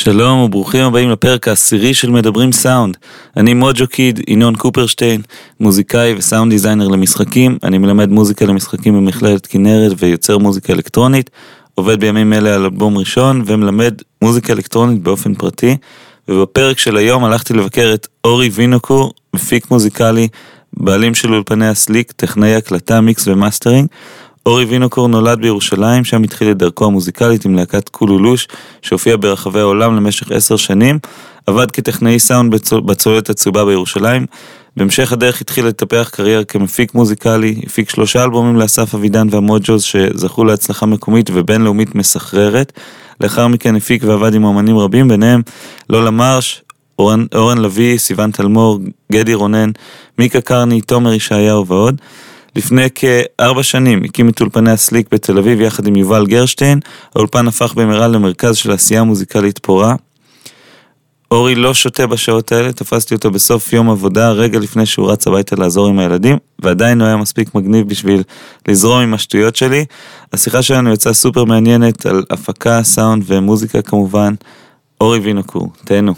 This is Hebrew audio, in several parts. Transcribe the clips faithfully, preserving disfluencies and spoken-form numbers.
שלום וברוכים הבאים לפרק העשירי של מדברים סאונד. אני מוג'ו קיד, ינון קופרשטיין, מוזיקאי וסאונד דיזיינר למשחקים. אני מלמד מוזיקה למשחקים במכללת כנרת ויוצר מוזיקה אלקטרונית. עובד בימים אלה על אלבום ראשון ומלמד מוזיקה אלקטרונית באופן פרטי. ובפרק של היום הלכתי לבקר את אורי וינוקור, מפיק מוזיקלי, בעלים של אולפני הסליק, טכנאי הקלטה, מיקס ומאסטרינג. אורי וינוקור נולד בירושלים, שם התחיל את דרכו המוזיקלית עם להקת קולולוש, שהופיע ברחבי העולם למשך עשר שנים, עבד כטכנאי סאונד בצוללת הצהובה בירושלים, בהמשך הדרך התחיל לטפח קריירה כמפיק מוזיקלי, הפיק שלושה אלבומים לאסף אבידן והמוג'וז שזכו להצלחה מקומית ובינלאומית מסחררת, לאחר מכן הפיק ועבד עם אומנים רבים, ביניהם לולה מרש, אורן, אורן לוי, סיוון תלמור, גדי רונן, מיקה קרני, תומר ישעיהו ועוד. לפני כארבע שנים הקים את אולפני הסליק בתל אביב יחד עם יובל גרשטיין. האולפן הפך במהרה למרכז של עשייה מוזיקלית פורה. אורי לא שותה בשעות האלה, תפסתי אותו בסוף יום עבודה, רגע לפני שהוא רץ הביתה לעזור עם הילדים, ועדיין הוא היה מספיק מגניב בשביל לזרום עם השטויות שלי. השיחה שלנו יצאה סופר מעניינת על הפקה, סאונד ומוזיקה כמובן. אורי וינוקור, תהנו.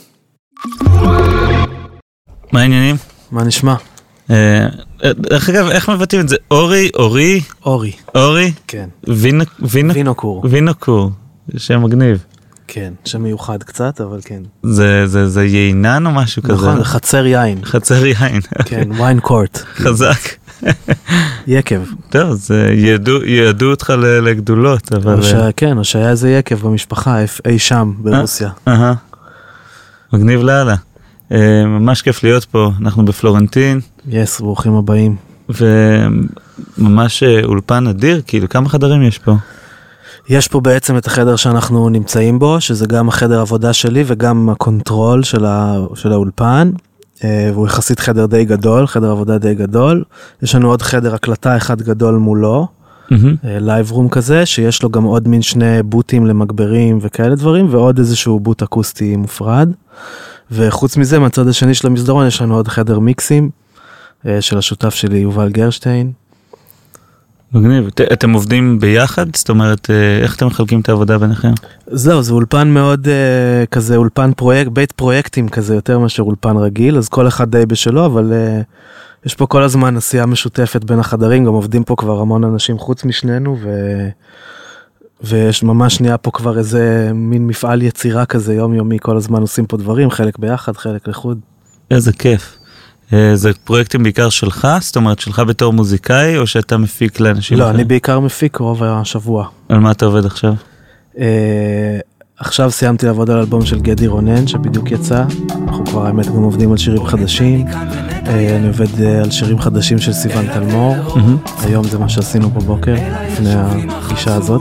מה העניינים? מה נשמע? דרך אגב, איך מבטאים את זה? אורי, אורי? אורי. אורי? כן. וינוקור. וינוקור, שם מגניב. כן, שם מיוחד קצת, אבל כן. זה, זה, זה יינן או משהו כזה? נכון, חצר יין. חצר יין. כן, ויין קורט. חזק. יקב. טוב, זה ידעו, ידעו אותך לגדולות, אבל... כן, או שהיה איזה יקב במשפחה, אי שם, ברוסיה. אהה. מגניב לאללה. ממש כיף להיות פה, אנחנו בפלורנטין. יס, ברוכים הבאים. וממש אולפן אדיר, כאילו כמה חדרים יש פה? יש פה בעצם את החדר שאנחנו נמצאים בו, שזה גם החדר עבודה שלי וגם הקונטרול של, ה... של האולפן, והוא יחסית חדר די גדול, חדר עבודה די גדול. יש לנו עוד חדר הקלטה אחד גדול מולו, לייב רום כזה, שיש לו גם עוד מין שני בוטים למגברים וכאלה דברים, ועוד איזשהו בוט אקוסטי מופרד. וחוץ מזה, מהצד השני של המסדרון, יש לנו עוד חדר מיקסים, של השותף שלי, יובל גרשטיין. מגניב. אתם עובדים ביחד? זאת אומרת, איך אתם מחלקים את העבודה ביניכם? זהו, זה אולפן מאוד כזה, אולפן פרויקט, בית פרויקטים כזה, יותר מאשר אולפן רגיל, אז כל אחד די בשלו, אבל יש פה כל הזמן עשייה משותפת בין החדרים, גם עובדים פה כבר המון אנשים חוץ משנינו, ו... ויש ממש נהיה פה כבר איזה מין מפעל יצירה כזה יומיומי, כל הזמן עושים פה דברים, חלק ביחד, חלק לחוד. איזה כיף. זה פרויקטים בעיקר שלך? זאת אומרת, שלך בתור מוזיקאי, או שאתה מפיק לאנשים? לא, אני בעיקר מפיק רוב השבוע. על מה אתה עובד עכשיו? עכשיו סיימתי לעבוד על אלבום של גדי רונן, שבדיוק יצא. אנחנו כבר האמת גם עובדים על שירים חדשים. אני עובד על שירים חדשים של סיוון תלמור. היום זה מה שעשינו בבוקר, לפני הפגישה הזאת.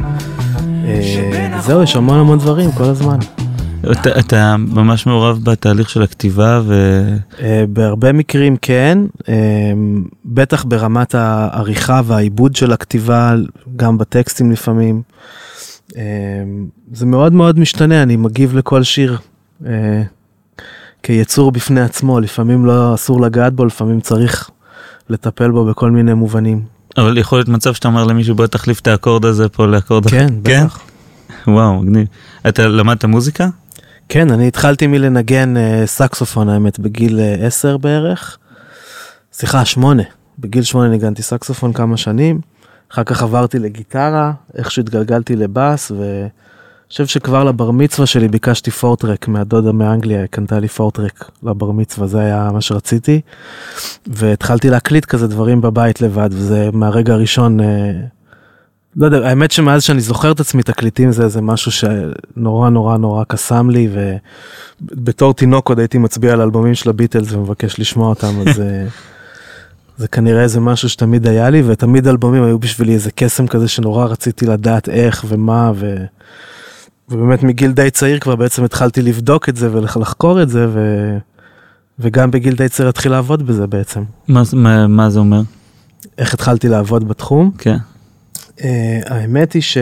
זהו, יש המון המון דברים כל הזמן. אתה, אתה ממש מעורב בתהליך של הכתיבה ו... בהרבה מקרים כן, בטח ברמת העריכה והעיבוד של הכתיבה, גם בטקסטים לפעמים. זה מאוד מאוד משתנה, אני מגיב לכל שיר כיצור בפני עצמו, לפעמים לא אסור לגעת בו, לפעמים צריך לטפל בו בכל מיני מובנים. אבל יכול להיות מצב שאתה אומר למישהו, בוא תחליף את האקורד הזה פה לאקורד אחר. כן, בטח. וואו, מגניב. אתה למדת מוזיקה? כן, אני התחלתי מלנגן סקסופון, האמת, בגיל עשר בערך. סליחה, שמונה. בגיל שמונה ניגנתי סקסופון כמה שנים. אחר כך עברתי לגיטרה, איכשהו התגלגלתי לבאס, ואני חושב שכבר לבר מצווה שלי ביקשתי פורטרק, מהדודה מאנגליה, קנתה לי פורטרק לבר מצווה, זה היה מה שרציתי. והתחלתי להקליט כזה דברים בבית לבד, וזה מהרגע הראשון... לא יודע, האמת שמאז שאני זוכר את עצמי תקליטים זה, זה משהו שנורא נורא נורא קסם לי, ובתור תינוק עוד הייתי מצביע על אלבומים של הביטלס ומבקש לשמוע אותם, אז זה, זה כנראה איזה משהו שתמיד היה לי, ותמיד אלבומים היו בשבילי איזה קסם כזה שנורא רציתי לדעת איך ומה, ו, ובאמת מגיל די צעיר כבר בעצם התחלתי לבדוק את זה ולחקור את זה, ו, וגם בגיל די צעיר התחיל לעבוד בזה בעצם. מה, מה, מה זה אומר? איך התחלתי לעבוד בתחום? כן. Uh, האמת היא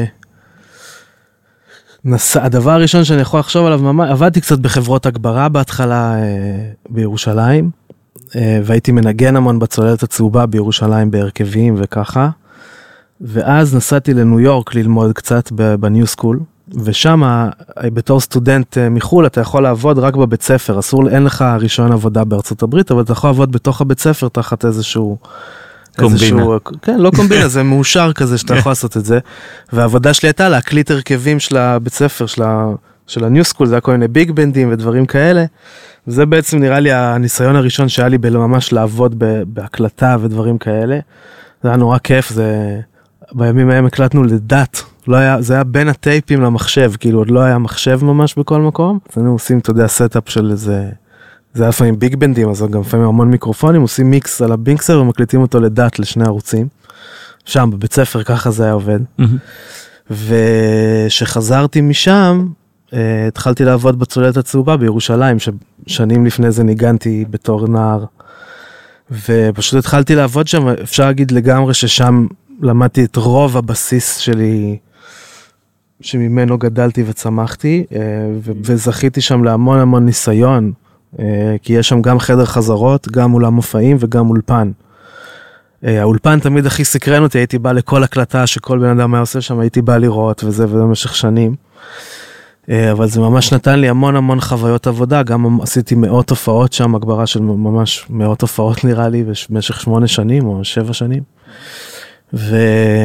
שהדבר הראשון שאני יכול לחשוב עליו, ממש, עבדתי קצת בחברות הגברה בהתחלה uh, בירושלים, uh, והייתי מנגן המון בצוללת הצהובה בירושלים בהרכבים וככה, ואז נסעתי לניו יורק ללמוד קצת בניו סקול, ושם, בתור סטודנט מחול, אתה יכול לעבוד רק בבית ספר, אסור, אין לך רישיון עבודה בארצות הברית, אבל אתה יכול לעבוד בתוך הבית ספר, תחת איזשהו... קומבינה. איזשהו, כן, לא קומבינה, זה מאושר כזה שאתה יכול לעשות את זה, והעבודה שלי הייתה להקליט הרכבים של הבית ספר, של, ה, של הניו סקול, זה היה כל מיני ביג בנדים ודברים כאלה, וזה בעצם נראה לי הניסיון הראשון שהיה לי ממש לעבוד בהקלטה ודברים כאלה, זה היה נורא כיף, זה... בימים ההם הקלטנו לדעת, לא היה, זה היה בין הטייפים למחשב, כאילו עוד לא היה מחשב ממש בכל מקום, אז היינו עושים, אתה יודע, סטאפ של איזה, זה היה לפעמים ביג בנדים, אז גם לפעמים המון מיקרופונים, עושים מיקס על הבינקסר ומקליטים אותו לדעת לשני ערוצים, שם בבית ספר ככה זה היה עובד, ושחזרתי משם, התחלתי לעבוד בצוללת הצהובה בירושלים, ששנים לפני זה ניגנתי בתור נער, ופשוט התחלתי לעבוד שם, אפשר להגיד לגמרי ששם, למדתי את רוב הבסיס שלי, שממנו גדלתי וצמחתי, וזכיתי שם להמון המון ניסיון, כי יש שם גם חדר חזרות, גם אולם מופעים וגם אולפן. האולפן תמיד הכי סקרן אותי, הייתי בא לכל הקלטה שכל בן אדם היה עושה שם, הייתי בא לראות וזה וזה במשך שנים. אבל זה ממש נתן לי המון המון חוויות עבודה, גם עשיתי מאות הופעות שם, הגברה של ממש מאות הופעות נראה לי, במשך שמונה שנים או שבע שנים. ו...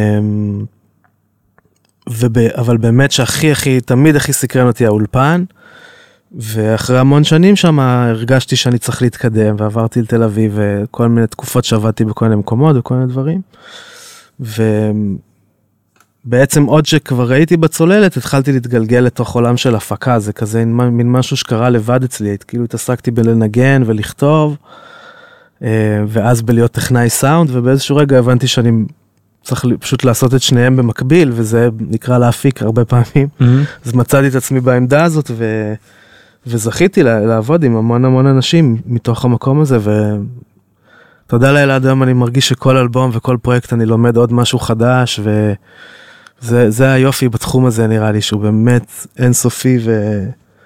וב... אבל באמת שהכי הכי, תמיד הכי סקרן אותי האולפן, ואחרי המון שנים שם הרגשתי שאני צריך להתקדם, ועברתי לתל אביב, וכל מיני תקופות שעבדתי בכל מיני מקומות, וכל מיני דברים, ובעצם עוד שכבר ראיתי בצוללת, התחלתי להתגלגל לתוך עולם של הפקה, זה כזה מין משהו שקרה לבד אצלי, כאילו התעסקתי בלנגן ולכתוב, ואז בלהיות טכנאי סאונד, ובאיזשהו רגע הבנתי שאני צריך פשוט לעשות את שניהם במקביל, וזה נקרא להפיק הרבה פעמים. Mm-hmm. אז מצאתי את עצמי בעמדה הזאת, ו... וזכיתי לעבוד עם המון המון אנשים מתוך המקום הזה, ותודה לאל עד היום אני מרגיש שכל אלבום וכל פרויקט אני לומד עוד משהו חדש, וזה זה היופי בתחום הזה נראה לי, שהוא באמת אינסופי, ו...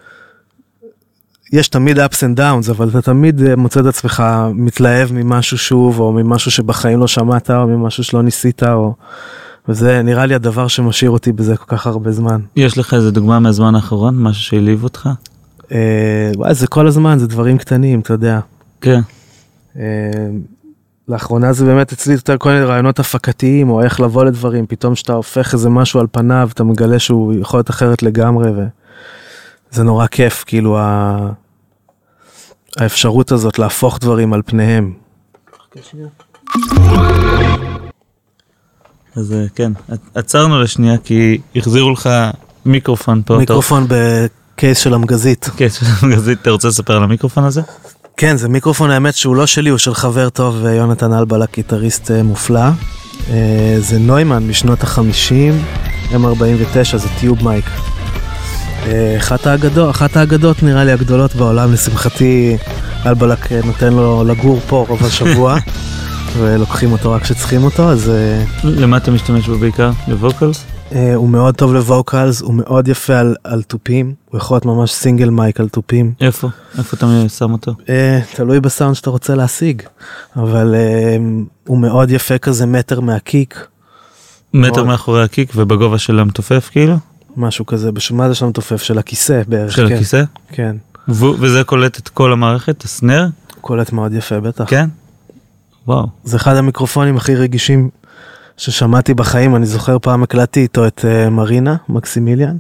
יש תמיד ups and downs, אבל אתה תמיד מוצא את עצמך מתלהב ממשהו שוב, או ממשהו שבחיים לא שמעת, או ממשהו שלא ניסית, או... וזה נראה לי הדבר שמשאיר אותי בזה כל כך הרבה זמן. יש לך איזה דוגמה מהזמן האחרון, משהו שהעליב אותך? אה, וואי, זה כל הזמן, זה דברים קטנים, אתה יודע. כן. אה, לאחרונה זה באמת אצלי יותר כל מיני רעיונות הפקתיים, או איך לבוא לדברים, פתאום שאתה הופך איזה משהו על פניו, אתה מגלה שהוא יכול להיות אחרת לגמרי, וזה נורא כיף, כאילו ה... האפשרות הזאת להפוך דברים על פניהם. אז כן, עצרנו לשנייה כי החזירו לך מיקרופון פה. מיקרופון בקייס של המגזית. קייס של המגזית, אתה רוצה לספר על המיקרופון הזה? כן, זה מיקרופון האמת שהוא לא שלי, הוא של חבר טוב, יונתן אלבלק, גיטריסט מופלא. זה נוימן משנות החמישים, אם ארבעים ותשע, זה טיוב מייק. אחת האגדות, אחת האגדות נראה לי הגדולות בעולם, לשמחתי אלבלק נותן לו לגור פה רוב השבוע, ולוקחים אותו רק שצריכים אותו, אז... למה אתה משתמש בו בעיקר? לווקלס? הוא מאוד טוב לווקלס, הוא מאוד יפה על, על טופים, הוא יכול להיות ממש סינגל מייק על טופים. איפה? איפה אתה שם אותו? תלוי בסאונד שאתה רוצה להשיג, אבל הוא מאוד יפה כזה מטר מהקיק. מטר מאחורי הקיק ובגובה של המתופף כאילו? משהו כזה, מה זה שם תופף? של הכיסא בערך. של הכיסא? כן. וזה קולט את כל המערכת, הסנר? קולט מאוד יפה, בטח. כן? וואו. זה אחד המיקרופונים הכי רגישים ששמעתי בחיים, אני זוכר פעם הקלטתי איתו את מרינה, מקסימיליאן,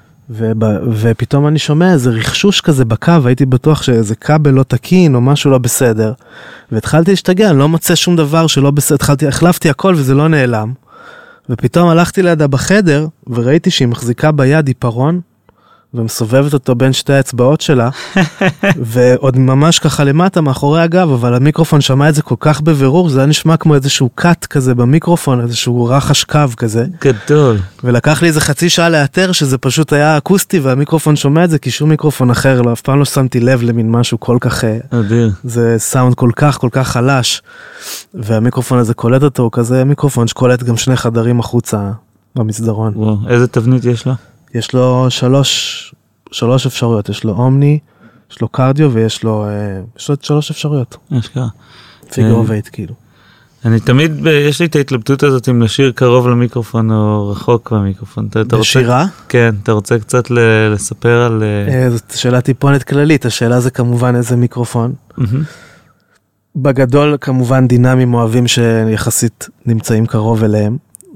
ופתאום אני שומע איזה רכשוש כזה בקו, הייתי בטוח שאיזה כבל לא תקין או משהו לא בסדר, והתחלתי להשתגע, אני לא מוצא שום דבר שלא בסדר, החלפתי הכל וזה לא נעלם, ופתאום הלכתי לידה בחדר, וראיתי שהיא מחזיקה ביד עיפרון, ומסובבת אותו בין שתי האצבעות שלה, ועוד ממש ככה למטה מאחורי הגב, אבל המיקרופון שמע את זה כל כך בבירור, זה היה נשמע כמו איזשהו קאט כזה במיקרופון, איזשהו רחש קו כזה. גדול. ולקח לי איזה חצי שעה לאתר, שזה פשוט היה אקוסטי, והמיקרופון שומע את זה, כי שום מיקרופון אחר, לא, אף פעם לא שמתי לב למין משהו כל כך... אדיר. זה סאונד כל כך, כל כך חלש, והמיקרופון הזה קולט אותו, הוא כזה מיקרופון שקולט גם שני חדרים החוצה במסדרון. וואו, איזה תבנית יש לו? יש לו שלוש, שלוש אפשרויות, יש לו אומני, יש לו קרדיו ויש לו, יש לו שלוש אפשרויות. אשכרה. פיגר אוף אייט כאילו. אני תמיד, יש לי את ההתלבטות הזאת אם לשיר קרוב למיקרופון או רחוק במיקרופון. בשירה? כן, אתה רוצה קצת לספר על... זאת שאלה טיפונת כללית, השאלה זה כמובן איזה מיקרופון. בגדול כמובן דינאמים אוהבים שיחסית נמצאים קרוב אליהם.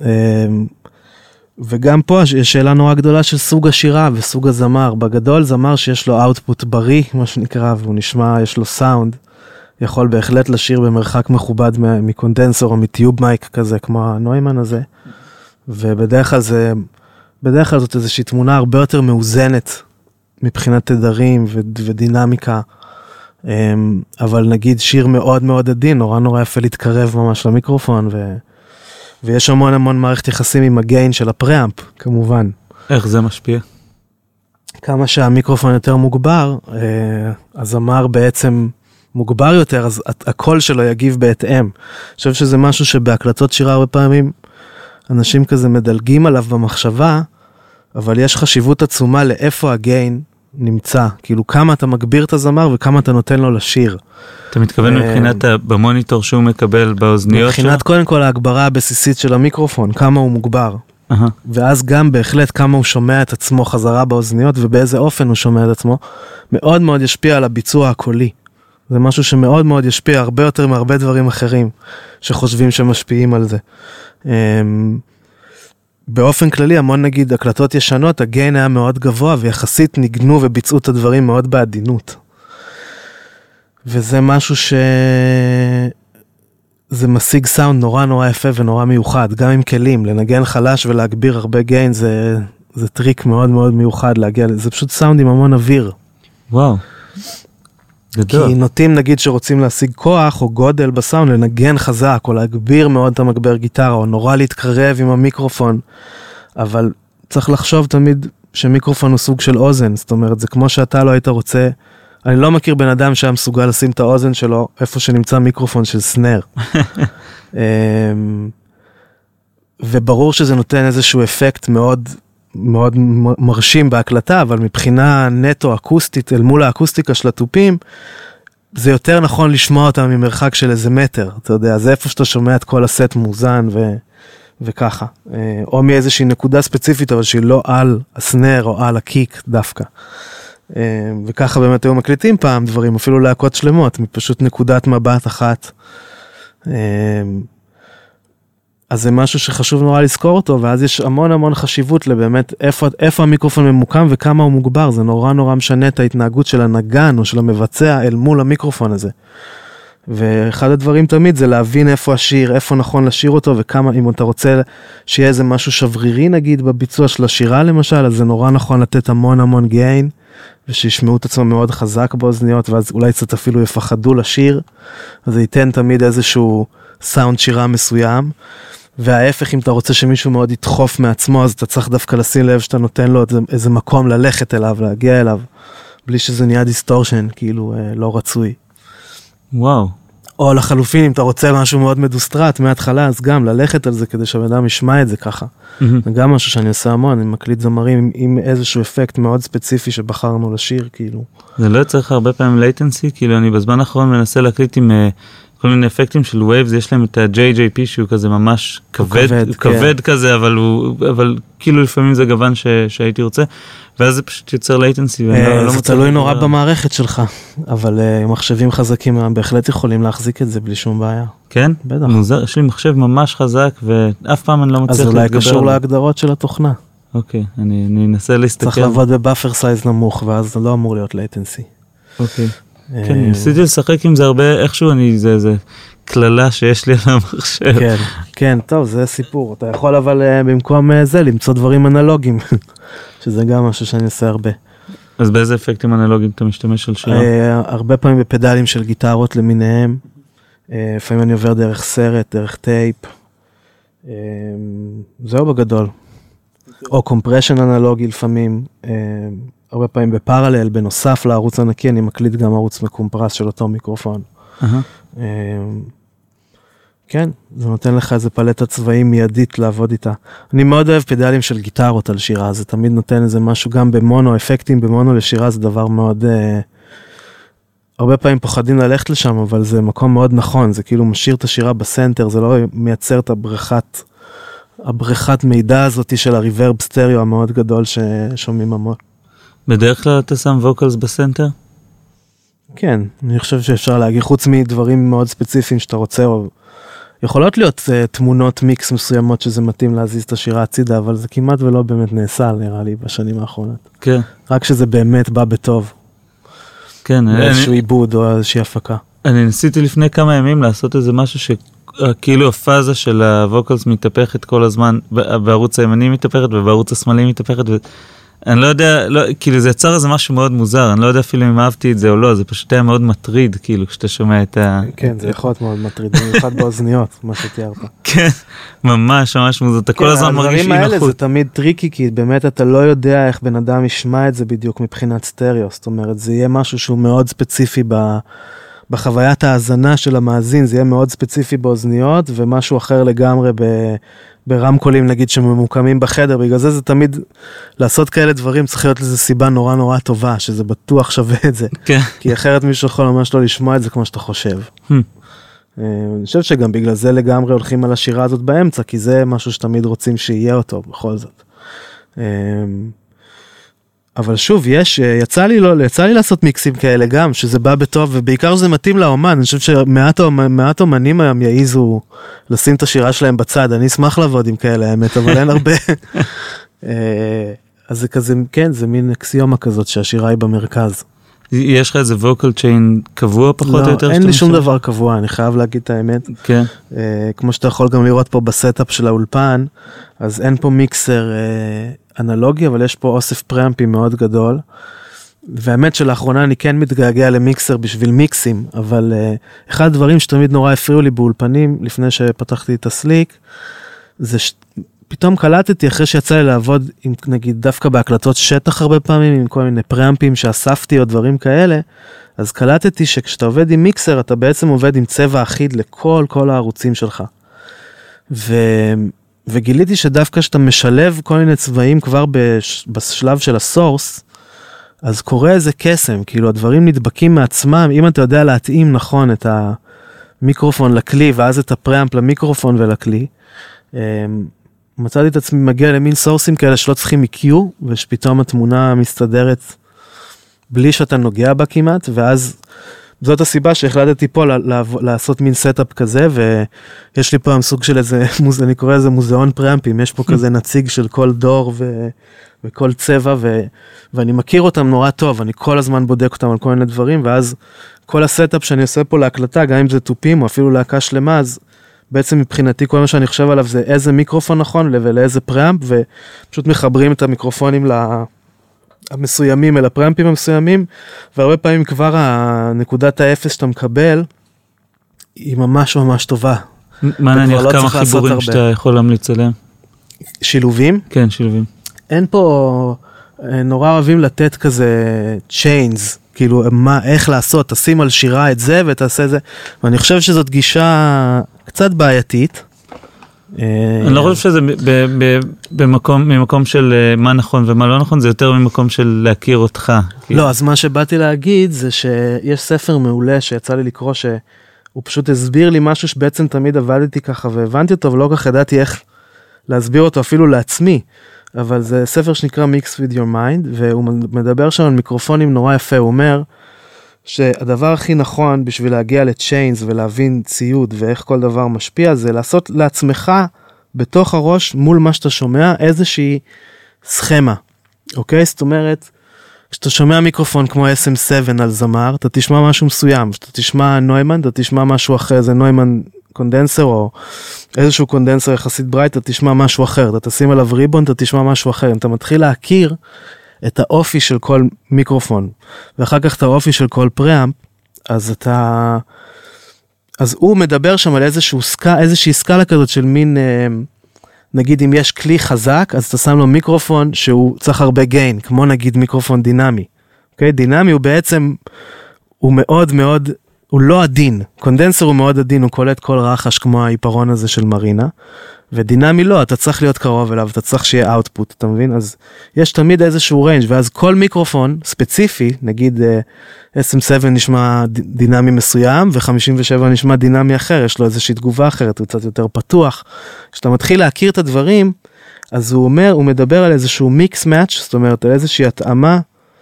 וגם פה יש שאלה נורא גדולה של סוג השירה וסוג הזמר. בגדול זמר שיש לו אאוטפוט בריא, מה שנקרא, והוא נשמע, יש לו סאונד. יכול בהחלט לשיר במרחק מכובד מקונדנסור או מטיוב מייק כזה, כמו הנוימן הזה. ובדרך כלל זה, בדרך כלל זאת איזושהי תמונה הרבה יותר מאוזנת מבחינת תדרים ודינמיקה. אבל נגיד שיר מאוד מאוד עדין, נורא נורא יפה להתקרב ממש למיקרופון, ו... ויש המון המון מערכת יחסים עם הגיין של הפראמפ, כמובן. איך זה משפיע? כמה שהמיקרופון יותר מוגבר, הזמר בעצם מוגבר יותר, אז הקול שלו יגיב בהתאם. אני חושב שזה משהו שבהקלטות שירה הרבה פעמים, אנשים כזה מדלגים עליו במחשבה, אבל יש חשיבות עצומה לאיפה הגיין נמצא. כאילו כמה אתה מגביר את הזמר וכמה אתה נותן לו לשיר. אתה מתכוון מבחינת במוניטור שהוא מקבל באוזניות שלו? מבחינת קודם כל ההגברה הבסיסית של המיקרופון, כמה הוא מוגבר. ואז גם בהחלט כמה הוא שומע את עצמו חזרה באוזניות ובאיזה אופן הוא שומע את עצמו, מאוד מאוד ישפיע על הביצוע הקולי. זה משהו שמאוד מאוד ישפיע הרבה יותר מהרבה דברים אחרים שחושבים שמשפיעים על זה. באופן כללי, המון נגיד הקלטות ישנות, הגיין היה מאוד גבוה ויחסית ניגנו וביצעו את הדברים מאוד בעדינות. וזה משהו ש... זה משיג סאונד נורא נורא יפה ונורא מיוחד, גם עם כלים, לנגן חלש ולהגביר הרבה גיין, זה, זה טריק מאוד מאוד מיוחד להגיע, זה פשוט סאונד עם המון אוויר. וואו. גדול. כי נוטים נגיד שרוצים להשיג כוח או גודל בסאונד, לנגן חזק או להגביר מאוד את המגבר גיטרה, או נורא להתקרב עם המיקרופון, אבל צריך לחשוב תמיד שמיקרופון הוא סוג של אוזן, זאת אומרת, זה כמו שאתה לא היית רוצה, אני לא מכיר בן אדם שהיה מסוגל לשים את האוזן שלו איפה שנמצא מיקרופון של סנר. וברור שזה נותן איזשהו אפקט מאוד, מאוד מרשים בהקלטה, אבל מבחינה נטו אקוסטית, אל מול האקוסטיקה של הטופים, זה יותר נכון לשמוע אותם ממרחק של איזה מטר, אתה יודע, זה איפה שאתה שומע את כל הסט מאוזן ו... וככה. או מאיזושהי נקודה ספציפית, אבל שהיא לא על הסנר או על הקיק דווקא. וככה באמת היו מקליטים פעם דברים, אפילו להקות שלמות, מפשוט נקודת מבט אחת. אז זה משהו שחשוב נורא לזכור אותו, ואז יש המון המון חשיבות לבאמת איפה, איפה המיקרופון ממוקם וכמה הוא מוגבר, זה נורא נורא משנה את ההתנהגות של הנגן או של המבצע אל מול המיקרופון הזה. ואחד הדברים תמיד זה להבין איפה השיר, איפה נכון לשיר אותו, וכמה, אם אתה רוצה שיהיה איזה משהו שברירי נגיד בביצוע של השירה למשל, אז זה נורא נכון לתת המון המון גיין, ושישמעו את עצמם מאוד חזק באוזניות, ואז אולי קצת אפילו יפחדו לשיר, אז זה ייתן תמיד איזשהו סאונד שירה מסוים, וההפך אם אתה רוצה שמישהו מאוד ידחוף מעצמו, אז אתה צריך דווקא לשים לב שאתה נותן לו איזה מקום ללכת אליו, להגיע אליו, בלי שזה נהיה דיסטורשן, כאילו לא רצוי. וואו. או לחלופין, אם אתה רוצה משהו מאוד מדוסטרט מההתחלה, אז גם ללכת על זה כדי שהאדם ישמע את זה ככה. זה גם משהו שאני עושה המון, אני מקליט זמרים עם, עם איזשהו אפקט מאוד ספציפי שבחרנו לשיר, כאילו. זה לא צריך הרבה פעמים לייטנסי, כאילו אני בזמן האחרון מנסה להקליט עם uh, כל מיני אפקטים של וייבס, יש להם את ה-ג'יי ג'יי פי שהוא כזה ממש כבד, כבד, הוא כבד כן. כזה, אבל הוא, אבל כאילו לפעמים זה גוון ש, שהייתי רוצה, ואז זה פשוט יוצר לייטנסי. אה, זה תלוי נורא במערכת שלך, אבל uh, מחשבים חזקים בהחלט יכולים להחזיק את זה בלי שום בעיה. כן? בטח. מוזר, יש לי מחשב ממש חזק, ואף פעם אני לא מצליח להתגבר. אז אולי קשור להגדרות של התוכנה. אוקיי, אני, אני אנסה להסתכל. צריך לעבוד בבאפר סייז נמוך, ואז זה לא אמור להיות לייטנסי. אוקיי. כן, ניסיתי לשחק עם זה הרבה, איכשהו אני, זה, זה כללה שיש לי על המחשב. כן, כן, טוב, זה סיפור. אתה יכול אבל במקום זה למצוא דברים אנלוגיים, שזה גם משהו שאני עושה הרבה. אז באיזה אפקטים אנלוגיים אתה משתמש על שירה? הרבה פעמים בפדלים של גיטרות למיניהם, לפעמים אני עובר דרך סרט, דרך טייפ, זהו בגדול. או קומפרשן אנלוגי לפעמים, הרבה פעמים בפרלל, בנוסף לערוץ הנקי, אני מקליט גם ערוץ מקומפרס של אותו מיקרופון. כן, זה נותן לך איזה פלטת צבעים מיידית לעבוד איתה. אני מאוד אוהב פדלים של גיטרות על שירה, זה תמיד נותן איזה משהו גם במונו, אפקטים במונו לשירה זה דבר מאוד, הרבה פעמים פוחדים ללכת לשם, אבל זה מקום מאוד נכון, זה כאילו משאיר את השירה בסנטר, זה לא מייצר את הבריכת, הבריכת מידע הזאת של הריברב סטריאו המאוד גדול ששומעים המון. בדרך כלל אתה שם ווקלס בסנטר? כן, אני חושב שאפשר להגיד, חוץ מדברים מאוד ספציפיים שאתה רוצה, או יכולות להיות uh, תמונות מיקס מסוימות שזה מתאים להזיז את השירה הצידה, אבל זה כמעט ולא באמת נעשה, נראה לי, בשנים האחרונות. כן. רק שזה באמת בא בטוב. כן. איזשהו עיבוד או איזושהי הפקה. אני ניסיתי לפני כמה ימים לעשות איזה משהו שכאילו הפאזה של הווקלס מתהפכת כל הזמן, בערוץ הימני מתהפכת ובערוץ השמאלי מתהפכת, ואני לא יודע, לא, כאילו זה יצר איזה משהו מאוד מוזר, אני לא יודע אפילו אם אהבתי את זה או לא, זה פשוט היה מאוד מטריד, כאילו, כשאתה שומע את ה... כן, זה יכול להיות מאוד מטריד, במיוחד באוזניות, מה שתיארת. כן, ממש, ממש מוזר, אתה כל הזמן מרגיש אי נוחות. הדברים האלה זה תמיד טריקי, כי באמת אתה לא יודע איך בן אדם ישמע את זה בדיוק מבחינת סטריאו, זאת אומרת, זה יהיה משהו שהוא מאוד ספציפי ב... בחוויית ההאזנה של המאזין, זה יהיה מאוד ספציפי באוזניות, ומשהו אחר לגמרי ב... ברמקולים, נגיד, שממוקמים בחדר, בגלל זה זה תמיד, לעשות כאלה דברים, צריך להיות לזה סיבה נורא נורא טובה, שזה בטוח שווה את זה. כן. כי אחרת מישהו יכול ממש לא לשמוע את זה כמו שאתה חושב. אני חושב שגם בגלל זה לגמרי הולכים על השירה הזאת באמצע, כי זה משהו שתמיד רוצים שיהיה אותו, בכל זאת. אבל שוב, יש, יצא לי, לא, יצא לי לעשות מיקסים כאלה גם, שזה בא בטוב, ובעיקר זה מתאים לאומן, אני חושב שמעט מעט אומנים היום יעיזו לשים את השירה שלהם בצד, אני אשמח לעבוד עם כאלה, האמת, אבל אין הרבה. אז זה כזה, כן, זה מין אקסיומה כזאת, שהשירה היא במרכז. יש לך איזה ווקל צ'יין קבוע פחות או יותר? לא, אין לי שום דבר קבוע, אני חייב להגיד את האמת. כן. כמו שאתה יכול גם לראות פה בסטאפ של האולפן, אז אין פה מיקסר אנלוגי, אבל יש פה אוסף פרמפים מאוד גדול, והאמת שלאחרונה אני כן מתגעגע למיקסר בשביל מיקסים, אבל אחד הדברים שתמיד נורא הפריעו לי באולפנים, לפני שפתחתי את הסליק, זה פתאום קלטתי אחרי שיצא לי לעבוד עם, נגיד, דווקא בהקלטות שטח הרבה פעמים, עם כל מיני פרמפים שאספתי או דברים כאלה, אז קלטתי שכשאתה עובד עם מיקסר, אתה בעצם עובד עם צבע אחיד לכל, כל הערוצים שלך. ו... וגיליתי שדווקא שאתה משלב כל מיני צבעים כבר בש... בשלב של הסורס, אז קורה איזה קסם, כאילו הדברים נדבקים מעצמם, אם אתה יודע להתאים נכון את המיקרופון לכלי, ואז את הפרמפ למיקרופון ולכלי, מצאתי את עצמי מגיע למין סורסים כאלה שלא צריכים איקיו, ושפתאום התמונה מסתדרת בלי שאתה נוגע בה כמעט, ואז זאת הסיבה שהחלטתי פה לעשות מין סטאפ כזה, ויש לי פה סוג של איזה, אני קורא לזה מוזיאון פרמפים, יש פה כזה נציג של כל דור ו, וכל צבע, ו, ואני מכיר אותם נורא טוב, אני כל הזמן בודק אותם על כל מיני דברים, ואז כל הסטאפ שאני עושה פה להקלטה, גם אם זה טופים או אפילו להקה שלמה, אז בעצם מבחינתי כל מה שאני חושב עליו זה איזה מיקרופון נכון ולאיזה פרמפ, ופשוט מחברים את המיקרופונים המסוימים אל הפרמפים המסוימים, והרבה פעמים כבר הנקודת האפס שאתה מקבל, היא ממש ממש טובה. מה נניח כמה חיבורים שאתה יכול להמליץ עליהם? שילובים? כן, שילובים. אין פה, נורא אוהבים לתת כזה chains, כאילו מה, איך לעשות, תשים על שירה את זה ותעשה זה, ואני חושב שזאת גישה קצת בעייתית. אני לא חושב שזה במקום, ממקום של מה נכון ומה לא נכון, זה יותר ממקום של להכיר אותך. לא, אז מה שבאתי להגיד זה שיש ספר מעולה שיצא לי לקרוא, שהוא פשוט הסביר לי משהו שבעצם תמיד עבדתי ככה, והבנתי אותו ולא כך ידעתי איך להסביר אותו אפילו לעצמי, אבל זה ספר שנקרא Mix with your mind, והוא מדבר שם על מיקרופונים נורא יפה, הוא אומר שהדבר הכי נכון בשביל להגיע לצ'יינס ולהבין ציוד ואיך כל דבר משפיע, זה לעשות לעצמך בתוך הראש מול מה שאתה שומע איזושהי סכמה, אוקיי? זאת אומרת, כשאתה שומע מיקרופון כמו אס אם שבע על זמר, אתה תשמע משהו מסוים, כשאתה תשמע נוימן, אתה תשמע משהו אחר, זה נוימן קונדנסר או איזשהו קונדנסר יחסית ברייט, אתה תשמע משהו אחר, אתה תשים עליו ריבון, אתה תשמע משהו אחר, אם אתה מתחיל להכיר את האופי של כל מיקרופון, ואחר כך את האופי של כל פרמפ, אז אתה, אז הוא מדבר שם על איזשהו סקה, איזושהי סקאלה כזאת של מין, נגיד אם יש כלי חזק, אז אתה שם לו מיקרופון שהוא צריך הרבה גיין, כמו נגיד מיקרופון דינמי, אוקיי? דינמי הוא בעצם, הוא מאוד מאוד הוא לא עדין, קונדנסר הוא מאוד עדין, הוא קולט כל רחש כמו העיפרון הזה של מרינה, ודינמי לא, אתה צריך להיות קרוב אליו, אתה צריך שיהיה אאוטפוט, אתה מבין? אז יש תמיד איזשהו ריינג', ואז כל מיקרופון ספציפי, נגיד אס אם שבע נשמע דינמי מסוים, ו-חמישים ושבע נשמע דינמי אחר, יש לו איזושהי תגובה אחרת, הוא קצת יותר פתוח. כשאתה מתחיל להכיר את הדברים, אז הוא אומר, הוא מדבר על איזשהו מיקס מאץ', זאת אומרת, על איזושהי התאמה,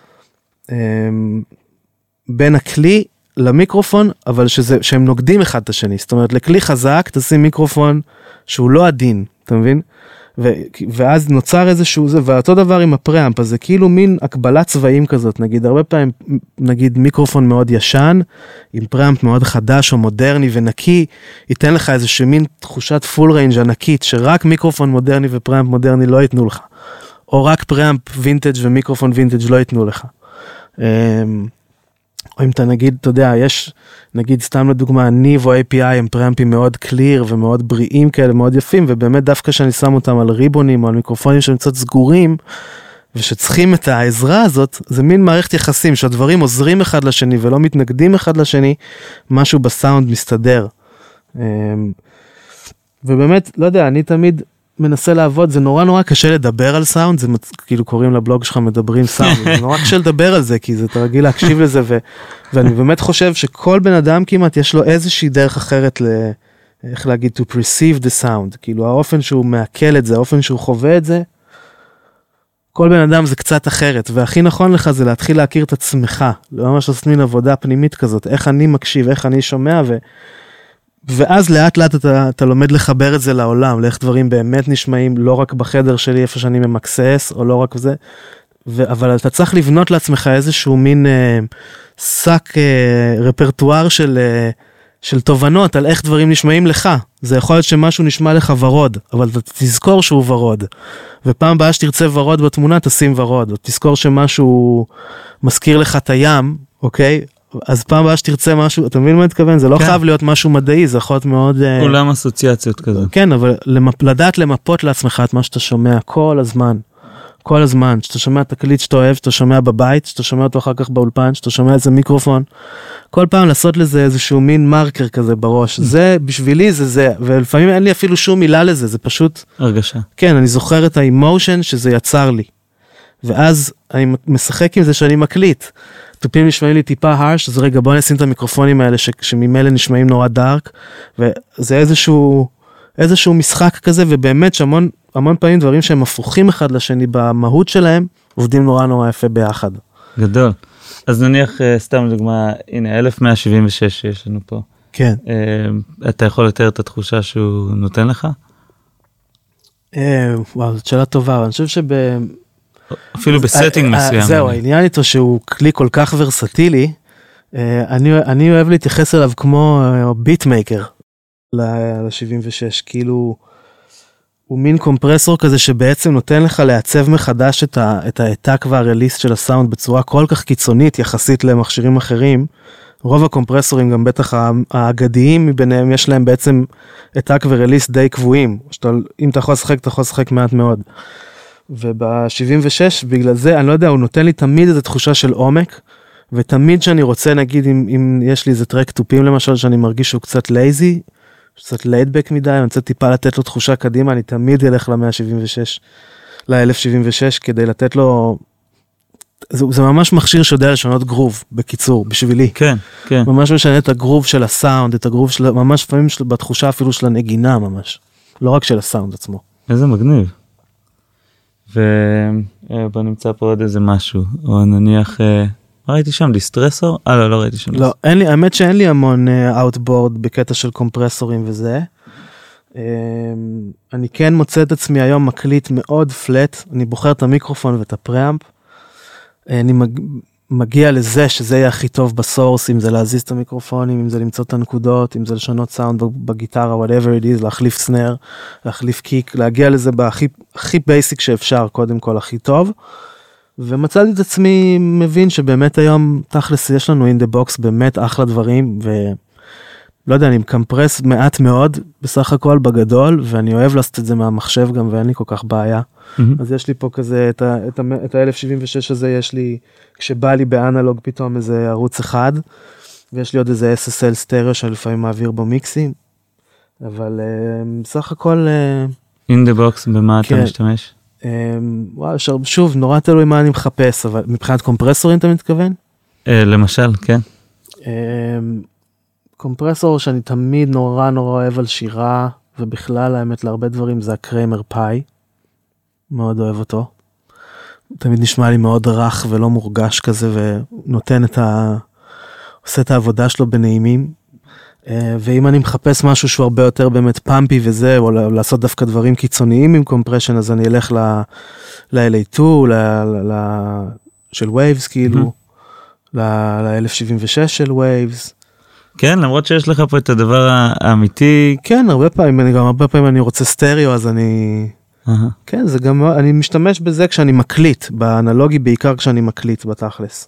בין הכלי למיקרופון, אבל שזה, שהם נוגדים אחד את השני. זאת אומרת, לכלי חזק, תשים מיקרופון שהוא לא עדין, אתה מבין? ו, ואז נוצר איזשהו זה, ואותו דבר עם הפראמפ, אז זה כאילו מין הקבלת צבעים כזאת, נגיד, הרבה פעמים, נגיד מיקרופון מאוד ישן, עם פראמפ מאוד חדש או מודרני ונקי, ייתן לך איזושהי מין תחושת פול ריינג' ענקית, שרק מיקרופון מודרני ופראמפ מודרני לא ייתנו לך. או רק פראמפ וינטג' ומיקרופון וינטג' לא ייתנו לך. או אם אתה נגיד, אתה יודע, יש, נגיד סתם לדוגמה, ניב או איי פי איי הם פראמפים מאוד קליר ומאוד בריאים כאלה, מאוד יפים, ובאמת דווקא שאני שם אותם על ריבונים או על מיקרופונים שהם קצת סגורים, ושצריכים את העזרה הזאת, זה מין מערכת יחסים, שהדברים עוזרים אחד לשני ולא מתנגדים אחד לשני, משהו בסאונד מסתדר. ובאמת, לא יודע, אני תמיד מנסה לעבוד, זה נורא נורא קשה לדבר על סאונד, זה כאילו קוראים לבלוג שלך מדברים סאונד, זה נורא קשה לדבר על זה, כי זה אתה רגיל להקשיב לזה, ו, ואני באמת חושב שכל בן אדם כמעט יש לו איזושהי דרך אחרת, ל, איך להגיד, to perceive the sound, כאילו האופן שהוא מעכל את זה, האופן שהוא חווה את זה, כל בן אדם זה קצת אחרת, והכי נכון לך זה להתחיל להכיר את עצמך, לא ממש לעשות מין עבודה פנימית כזאת, איך אני מקשיב, איך אני שומע, ו... ואז לאט לאט אתה, אתה לומד לחבר את זה לעולם, לאיך דברים באמת נשמעים, לא רק בחדר שלי איפה שאני ממקסס, או לא רק זה, ו, אבל אתה צריך לבנות לעצמך איזשהו מין אה, שק אה, רפרטואר של, אה, של תובנות על איך דברים נשמעים לך. זה יכול להיות שמשהו נשמע לך ורוד, אבל אתה תזכור שהוא ורוד. ופעם הבאה שתרצה ורוד בתמונה, תשים ורוד. או תזכור שמשהו מזכיר לך את הים, אוקיי? אז פעם הבאה שתרצה משהו, אתה מבין מה מתכוון? זה לא כן. חייב להיות משהו מדעי, זה יכול להיות מאוד... עולם אסוציאציות כזה. כן, אבל למפ... לדעת למפות לעצמך את מה שאתה שומע כל הזמן. כל הזמן. שאתה שומע תקליט שאתה אוהב, שאתה שומע בבית, שאתה שומע אותו אחר כך באולפן, שאתה שומע איזה מיקרופון. כל פעם לעשות לזה איזשהו מין מרקר כזה בראש. זה, בשבילי זה זה. ולפעמים אין לי אפילו שום מילה לזה, זה פשוט... הרגשה. כן, אני זוכר את האמושן שזה יצר לי. ואז אני משחק עם זה שאני מקליט. תופים נשמעים לי טיפה הרש, אז רגע בוא נשים את המיקרופונים האלה ש, שממילא נשמעים נורא דארק, וזה איזשהו, איזשהו משחק כזה, ובאמת שהמון המון פעמים דברים שהם הפוכים אחד לשני במהות שלהם, עובדים נורא נורא יפה ביחד. גדול. אז נניח סתם דוגמה, הנה אלף מאה שבעים ושש שיש לנו פה. כן. אתה יכול לתאר את התחושה שהוא נותן לך? וואו, זאת שאלה טובה, אני חושב שב... אפילו בסטינג מסוים. זהו, העניין איתו שהוא כלי כל כך ורסטילי, אני, אני אוהב להתייחס אליו כמו ביטמייקר ל-שבעים ושש, כאילו הוא מין קומפרסור כזה שבעצם נותן לך לעצב מחדש את, ה, את העתק והרליס של הסאונד בצורה כל כך קיצונית יחסית למכשירים אחרים. רוב הקומפרסורים גם בטח האגדיים מביניהם יש להם בעצם עתק ורליס די קבועים, שאתה, אם אתה יכול לשחק, אתה יכול לשחק מעט מאוד. וב-שבעים ושש, בגלל זה, אני לא יודע, הוא נותן לי תמיד איזו תחושה של עומק, ותמיד שאני רוצה, נגיד, אם, אם יש לי איזה טרק טופים למשל, שאני מרגיש שהוא קצת לייזי, קצת ליידבק מדי, אני רוצה טיפה לתת לו תחושה קדימה, אני תמיד אלך ל-מאה שבעים ושש, ל-אלף שבעים ושש, כדי לתת לו, זה, זה ממש מכשיר שיודע לשנות גרוב, בקיצור, בשבילי. כן, כן. ממש משנה את הגרוב של הסאונד, את הגרוב של, ממש לפעמים של, בתחושה אפילו של הנגינה ממש, לא רק של הסאונד עצמו. איזה מגניב. ובוא נמצא פה עוד איזה משהו, או נניח, מה ראיתי שם? דיסטרסור? אה, לא, לא ראיתי שם. לא, אין לי, האמת שאין לי המון אאוטבורד בקטע של קומפרסורים וזה. אני כן מוצא את עצמי היום מקליט מאוד פלט, אני בוחר את המיקרופון ואת הפראמפ, אני מגיע לזה שזה יהיה הכי טוב בסורס, אם זה להזיז את המיקרופונים, אם זה למצוא את הנקודות, אם זה לשנות סאונד בגיטרה, whatever it is, להחליף סנר, להחליף קיק, להגיע לזה בהכי, הכי בייסיק שאפשר, קודם כל הכי טוב. ומצאתי את עצמי מבין שבאמת היום תכלס יש לנו in the box באמת אחלה דברים, ולא יודע, אני מקמפרס מעט מאוד בסך הכל בגדול, ואני אוהב לעשות את זה מהמחשב גם, ואין לי כל כך בעיה. Mm-hmm. אז יש לי פה כזה, את ה, את ה, את ה-אלף שבעים ושש הזה יש לי, כשבא לי באנלוג פתאום איזה ערוץ אחד, ויש לי עוד איזה אס אס אל סטריאו שלפעמים מעביר בו מיקסים, אבל uh, סך הכל... Uh, in the box, במה כן. אתה משתמש? Um, וואו, שוב, נורא תלוי מה אני מחפש, אבל מבחינת קומפרסורים אתה מתכוון? Uh, למשל, כן. Um, קומפרסור שאני תמיד נורא נורא אוהב על שירה, ובכלל האמת להרבה דברים זה הקריימר פאי, מאוד אוהב אותו. תמיד נשמע לי מאוד רך ולא מורגש כזה, ונותן את ה... עושה את העבודה שלו בנעימים, ואם אני מחפש משהו שהוא הרבה יותר באמת פאמפי וזה, או לעשות דווקא דברים קיצוניים עם קומפרשן, אז אני אלך ל-אל איי טו, של Waves כאילו, ל-אלף שבעים ושש של Waves. כן, למרות שיש לך פה את הדבר האמיתי. כן, הרבה פעמים, אני גם הרבה פעמים אני רוצה סטריאו, אז אני... כן, זה גם, אני משתמש בזה כשאני מקליט, באנלוגי בעיקר כשאני מקליט בתכלס.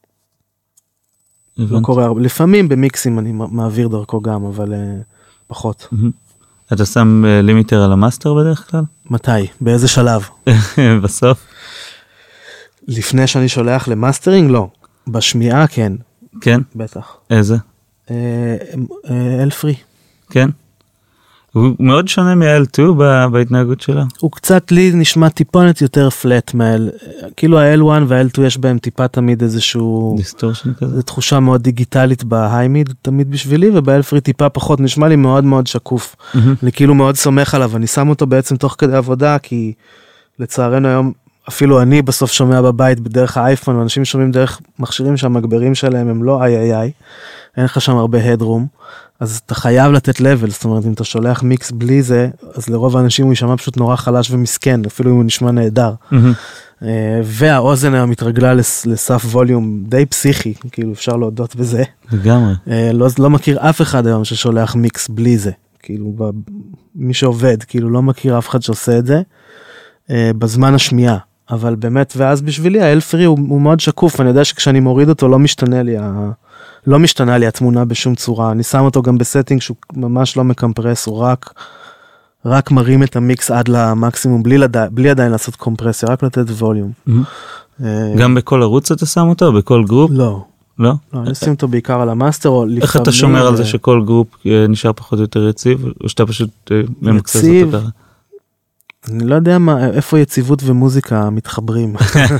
לא קורה הרבה, לפעמים במיקסים אני מעביר דרכו גם, אבל פחות. אתה שם לימיטר על המאסטר בדרך כלל? מתי? באיזה שלב? בסוף? לפני שאני שולח למאסטרינג? לא. בשמיעה כן. כן? בטח. איזה? אלפרי. כן? הוא מאוד שונה מ-אל טו בהתנהגות שלו. הוא קצת לי נשמע טיפונת יותר פלט מהאל, כאילו ה-אל וואן וה-אל טו יש בהם טיפה תמיד איזשהו... דיסטורשן כזה. זו תחושה מאוד דיגיטלית בהיימיד תמיד בשבילי, ובאלפרי טיפה פחות, נשמע לי מאוד מאוד שקוף. אני כאילו מאוד סומך עליו, אני שם אותו בעצם תוך כדי עבודה, כי לצערנו היום, אפילו אני בסוף שומע בבית בדרך האייפון, ואנשים שומעים דרך מכשירים שהמגברים שלהם הם לא איי איי איי, אין לך שם הרבה הדרום. אז אתה חייב לתת לבל, זאת אומרת, אם אתה שולח מיקס בלי זה, אז לרוב האנשים הוא יישמע פשוט נורא חלש ומסכן, אפילו אם הוא נשמע נהדר. Mm-hmm. והאוזן היום מתרגלה לסף ווליום די פסיכי, כאילו אפשר להודות בזה. לגמרי. לא, לא מכיר אף אחד היום ששולח מיקס בלי זה, כאילו מי שעובד, כאילו לא מכיר אף אחד שעושה את זה, בזמן השמיעה. אבל באמת, ואז בשבילי האלפרי הוא, הוא מאוד שקוף, אני יודע שכשאני מוריד אותו לא משתנה לי ה... לא משתנה לי התמונה בשום צורה, אני שם אותו גם בסטינג שהוא ממש לא מקמפרס, הוא רק, רק מרים את המיקס עד למקסימום, בלי, לד... בלי עדיין לעשות קומפרסיה, רק לתת ווליום. Mm-hmm. גם בכל ערוץ אתה שם אותו? בכל גרופ? לא. לא? לא, אני שים אותו בעיקר על המאסטר, או לפעמים... איך אתה שומר על זה שכל גרופ נשאר פחות או יותר יציב, או שאתה פשוט ממקסס אותו ככה? אני לא יודע מה, איפה יציבות ומוזיקה מתחברים.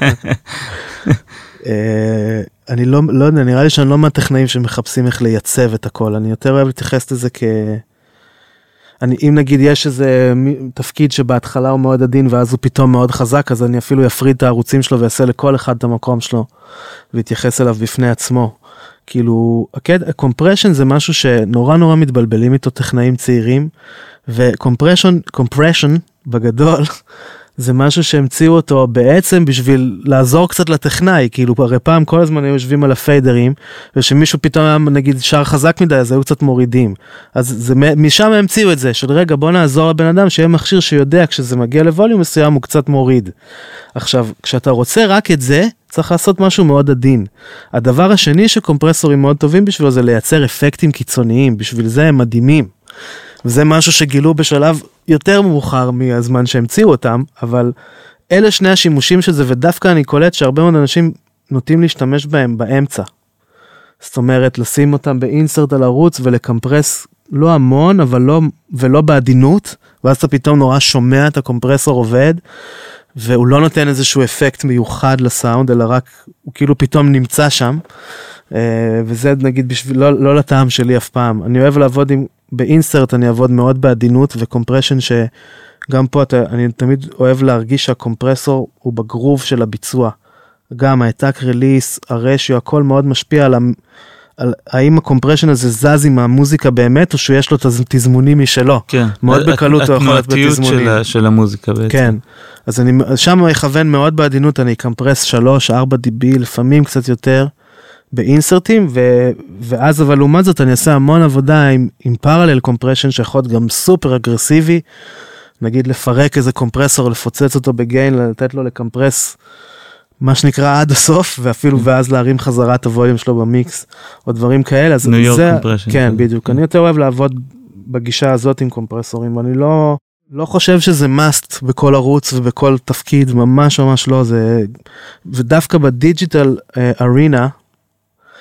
אני לא, לא יודע, נראה לי שאני לא מהטכנאים שמחפשים איך לייצב את הכל, אני יותר אוהב להתייחס לזה כ... אני, אם נגיד יש איזה תפקיד שבהתחלה הוא מאוד עדין, ואז הוא פתאום מאוד חזק, אז אני אפילו יפריד את הערוצים שלו, ויעשה לכל אחד את המקום שלו, ויתייחס אליו בפני עצמו. כאילו, הקומפרשן זה משהו שנורא נורא מתבלבלים איתו טכנאים צעירים, וקומפרשן, קומפרשן בגדול, זה משהו שהמציאו אותו בעצם בשביל לעזור קצת לטכנאי, כאילו הרי פעם כל הזמן היו יושבים על הפיידרים, ושמישהו פתאום היה נגיד שר חזק מדי, אז היו קצת מורידים. אז זה, משם המציאו את זה, של רגע בוא נעזור לבן אדם שיהיה מכשיר שיודע כשזה מגיע לווליום מסוים הוא קצת מוריד. עכשיו, כשאתה רוצה רק את זה, צריך לעשות משהו מאוד עדין. הדבר השני שקומפרסורים מאוד טובים בשבילו זה לייצר אפקטים קיצוניים, בשביל זה הם מדהימים. וזה משהו שגילו בשלב יותר מאוחר מהזמן שהמציאו אותם, אבל אלה שני השימושים של זה, ודווקא אני קולט שהרבה מאוד אנשים נוטים להשתמש בהם באמצע. זאת אומרת, לשים אותם באינסרט על ערוץ ולקמפרס לא המון, אבל לא, ולא בעדינות, ואז אתה פתאום נורא שומע את הקומפרסור עובד, והוא לא נותן איזשהו אפקט מיוחד לסאונד, אלא רק, הוא כאילו פתאום נמצא שם, וזה נגיד בשביל, לא, לא לטעם שלי אף פעם. אני אוהב לעבוד עם, באינסרט אני אעבוד מאוד בעדינות, וקומפרשן שגם פה אתה, אני תמיד אוהב להרגיש שהקומפרסור הוא בגרוב של הביצוע. גם העתק רליס, הרשיו, הכל מאוד משפיע על, על האם הקומפרשן הזה זז עם המוזיקה באמת, או שיש לו תזמונים משלו. כן. מאוד בקלות הוא יכול להיות בתזמונים. התנועתיות של המוזיקה בעצם. כן. אז אני, שם אני אכוון מאוד בעדינות, אני אקמפרס שלוש, ארבע דיבי, לפעמים קצת יותר, באינסרטים, ו, ואז אבל לעומת זאת אני אעשה המון עבודה עם, עם פרלל קומפרשן, שיכול להיות גם סופר אגרסיבי, נגיד לפרק איזה קומפרסור, לפוצץ אותו בגיין, לתת לו לקמפרס, מה שנקרא עד הסוף, ואפילו ואז להרים חזרה את הווליום שלו במיקס, או דברים כאלה. ניו יורק קומפרשן. כן, בדיוק. אני יותר אוהב לעבוד בגישה הזאת עם קומפרסורים, ואני לא... לא חושב שזה מאסט בכל ערוץ ובכל תפקיד, ממש ממש לא, זה, ודווקא בדיג'יטל ארינה,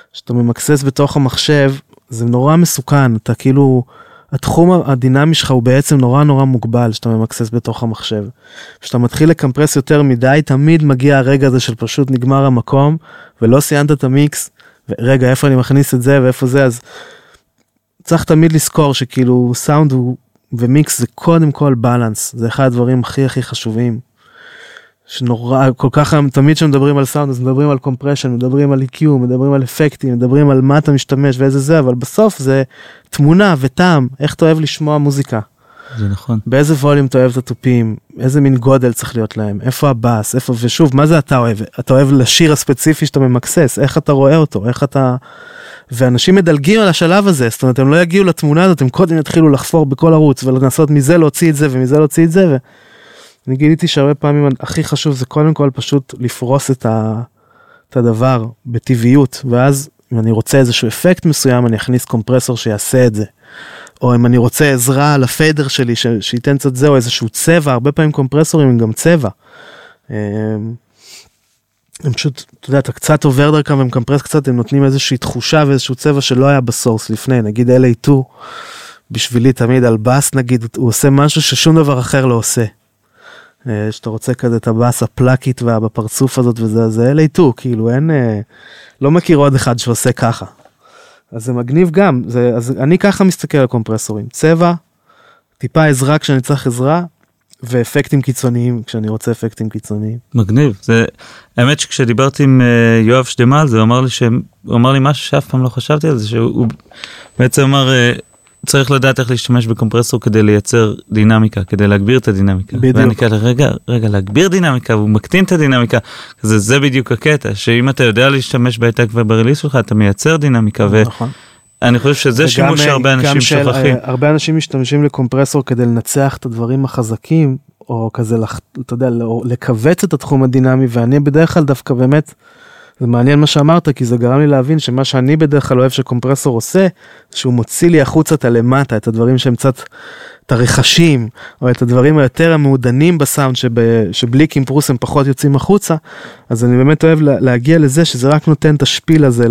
שאתה ממקסס בתוך המחשב, זה נורא מסוכן, אתה כאילו, התחום הדינמי שלך הוא בעצם נורא נורא מוגבל, שאתה ממקסס בתוך המחשב. כשאתה מתחיל לקמפרס יותר מדי, תמיד מגיע הרגע הזה של פשוט נגמר המקום, ולא סיינת את המיקס, ורגע, איפה אני מכניס את זה, ואיפה זה, אז צריך תמיד לזכור שכאילו סאונד ומיקס זה קודם כל בלנס, זה אחד הדברים הכי הכי חשובים, שנורא, כל כך, תמיד שמדברים על סאונד, אז מדברים על קומפרשן, מדברים על E Q, מדברים על אפקטים, מדברים על מה אתה משתמש ואיזה זה, אבל בסוף זה תמונה וטעם, איך אתה אוהב לשמוע מוזיקה. זה נכון. באיזה ווליום אתה אוהב את הטופים, איזה מין גודל צריך להיות להם, איפה הבאס, איפה, ושוב, מה זה אתה אוהב? אתה אוהב לשיר הספציפי שאתה ממקסס, איך אתה רואה אותו, איך אתה... ואנשים מדלגים על השלב הזה, זאת אומרת, הם לא יגיעו לתמונה הזאת, הם קודם יתחילו לחפור בכל ערוץ, ולנסות מזה להוציא את זה, ומזה להוציא את זה, ואני גיליתי שהרבה פעמים הכי חשוב זה קודם כל פשוט לפרוס את, ה... את הדבר בטבעיות, ואז אם אני רוצה איזשהו אפקט מסוים, אני אכניס קומפרסור שיעשה את זה. או אם אני רוצה עזרה על הפיידר שלי, ש... שייתן קצת זה, או איזשהו צבע, הרבה פעמים קומפרסורים הם גם צבע. הם פשוט, אתה יודע, אתה קצת עובר דרכם ומקמפרס קצת, הם נותנים איזושהי תחושה ואיזשהו צבע שלא היה בסורס לפני, נגיד אל איי טו, בשבילי תמיד על בס נגיד, הוא עושה משהו ששום דבר אחר לא עושה. שאתה רוצה כזה את הבאס הפלקית ובפרצוף הזאת וזה, זה אל איי טו, כאילו אין, לא מכיר עוד אחד שעושה ככה. אז זה מגניב גם, זה, אז אני ככה מסתכל על קומפרסורים, צבע, טיפה עזרה כשאני צריך עזרה, ואפקטים קיצוניים, כשאני רוצה אפקטים קיצוניים. מגניב, זה, האמת שכשדיברתי עם uh, יואב שדמל, זה הוא אמר לי, שהוא אמר לי משהו שאף פעם לא חשבתי על זה, שהוא בעצם אמר, uh, צריך לדעת איך להשתמש בקומפרסור כדי לייצר דינמיקה, כדי להגביר את הדינמיקה. בדיוק. ואני כאלה, רגע, רגע, להגביר דינמיקה, והוא מקטין את הדינמיקה, זה, זה בדיוק הקטע, שאם אתה יודע להשתמש בהעתק ובריליס שלך, אתה מייצר דינמיקה, נכון. ואני חושב שזה שימוש שהרבה אנשים שוכחים. הרבה אנשים משתמשים לקומפרסור כדי לנצח את הדברים החזקים, או כזה, אתה יודע, לקבץ את התחום הדינמי, ואני בדרך כלל דווקא באמת, זה מעניין מה שאמרת, כי זה גרם לי להבין שמה שאני בדרך כלל אוהב שקומפרסור עושה, שהוא מוציא לי החוצה את הלמטה, את הדברים שהם קצת, את הרכשים, או את הדברים היותר המעודנים בסאונד, שבלי קימפרוס הם פחות יוצאים החוצה, אז אני באמת אוהב להגיע לזה, שזה רק נותן את השפיל הזה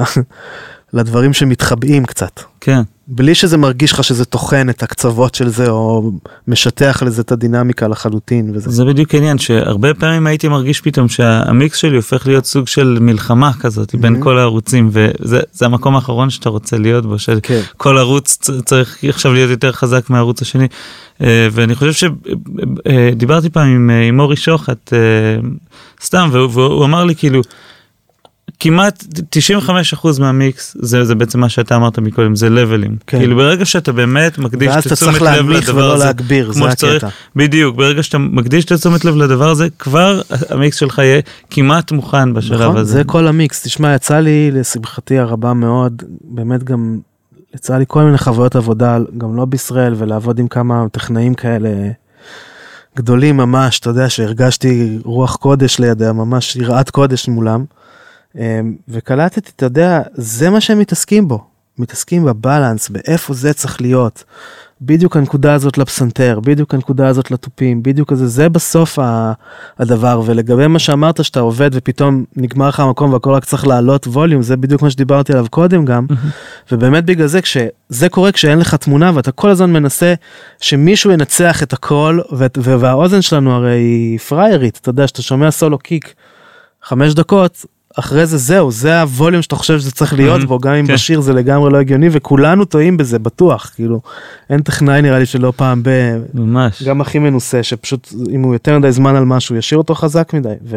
לדברים שמתחבאים קצת. כן. בלי שזה מרגיש לך שזה תוכן את הקצוות של זה, או משטח לזה את הדינמיקה לחלוטין. וזה. זה בדיוק עניין, שהרבה פעמים הייתי מרגיש פתאום שהמיקס שלי הופך להיות סוג של מלחמה כזאת, mm-hmm. בין כל הערוצים, וזה זה המקום האחרון שאתה רוצה להיות בו, שכל okay. ערוץ צריך עכשיו להיות יותר חזק מהערוץ השני, ואני חושב שדיברתי פעם עם, עם אורי שוחט, סתם, והוא, והוא אמר לי כאילו, כמעט תשעים וחמישה אחוז מהמיקס, זה, זה בעצם מה שאתה אמרת מקודם, זה לבלים. כן. כאילו ברגע שאתה באמת מקדיש את תשומת לב לדבר הזה, להגביר, כמו שצריך, בדיוק, ברגע שאתה מקדיש את תשומת לב לדבר הזה, כבר המיקס שלך יהיה כמעט מוכן בשלב נכון, הזה. זה כל המיקס. תשמע, יצא לי לשמחתי הרבה מאוד, באמת גם, יצא לי כל מיני חוויות עבודה, גם לא בישראל, ולעבוד עם כמה טכנאים כאלה גדולים ממש, אתה יודע, שהרגשתי רוח קודש לידה, ממש יראת קודש מולם. וקלטתי, אתה יודע, זה מה שהם מתעסקים בו, מתעסקים בבלנס, באיפה זה צריך להיות, בדיוק הנקודה הזאת לפסנתר, בדיוק הנקודה הזאת לטופים, בדיוק הזה, זה בסוף הדבר, ולגבי מה שאמרת שאתה עובד ופתאום נגמר לך המקום והכל רק צריך לעלות ווליום, זה בדיוק מה שדיברתי עליו קודם גם, ובאמת בגלל זה, כשזה קורה כשאין לך תמונה, ואתה כל הזמן מנסה שמישהו ינצח את הכל, והאוזן שלנו הרי היא פריירית, אתה יודע, שאתה שומע סולו קיק חמש דקות, אחרי זה זהו, זה הווליום שאתה חושב שזה צריך להיות בו, גם אם בשיר זה לגמרי לא הגיוני, וכולנו טועים בזה, בטוח, כאילו, אין טכנאי נראה לי שלא פעם ב... ממש. גם הכי מנוסה, שפשוט, אם הוא יותר מדי זמן על משהו, ישאיר אותו חזק מדי, ו...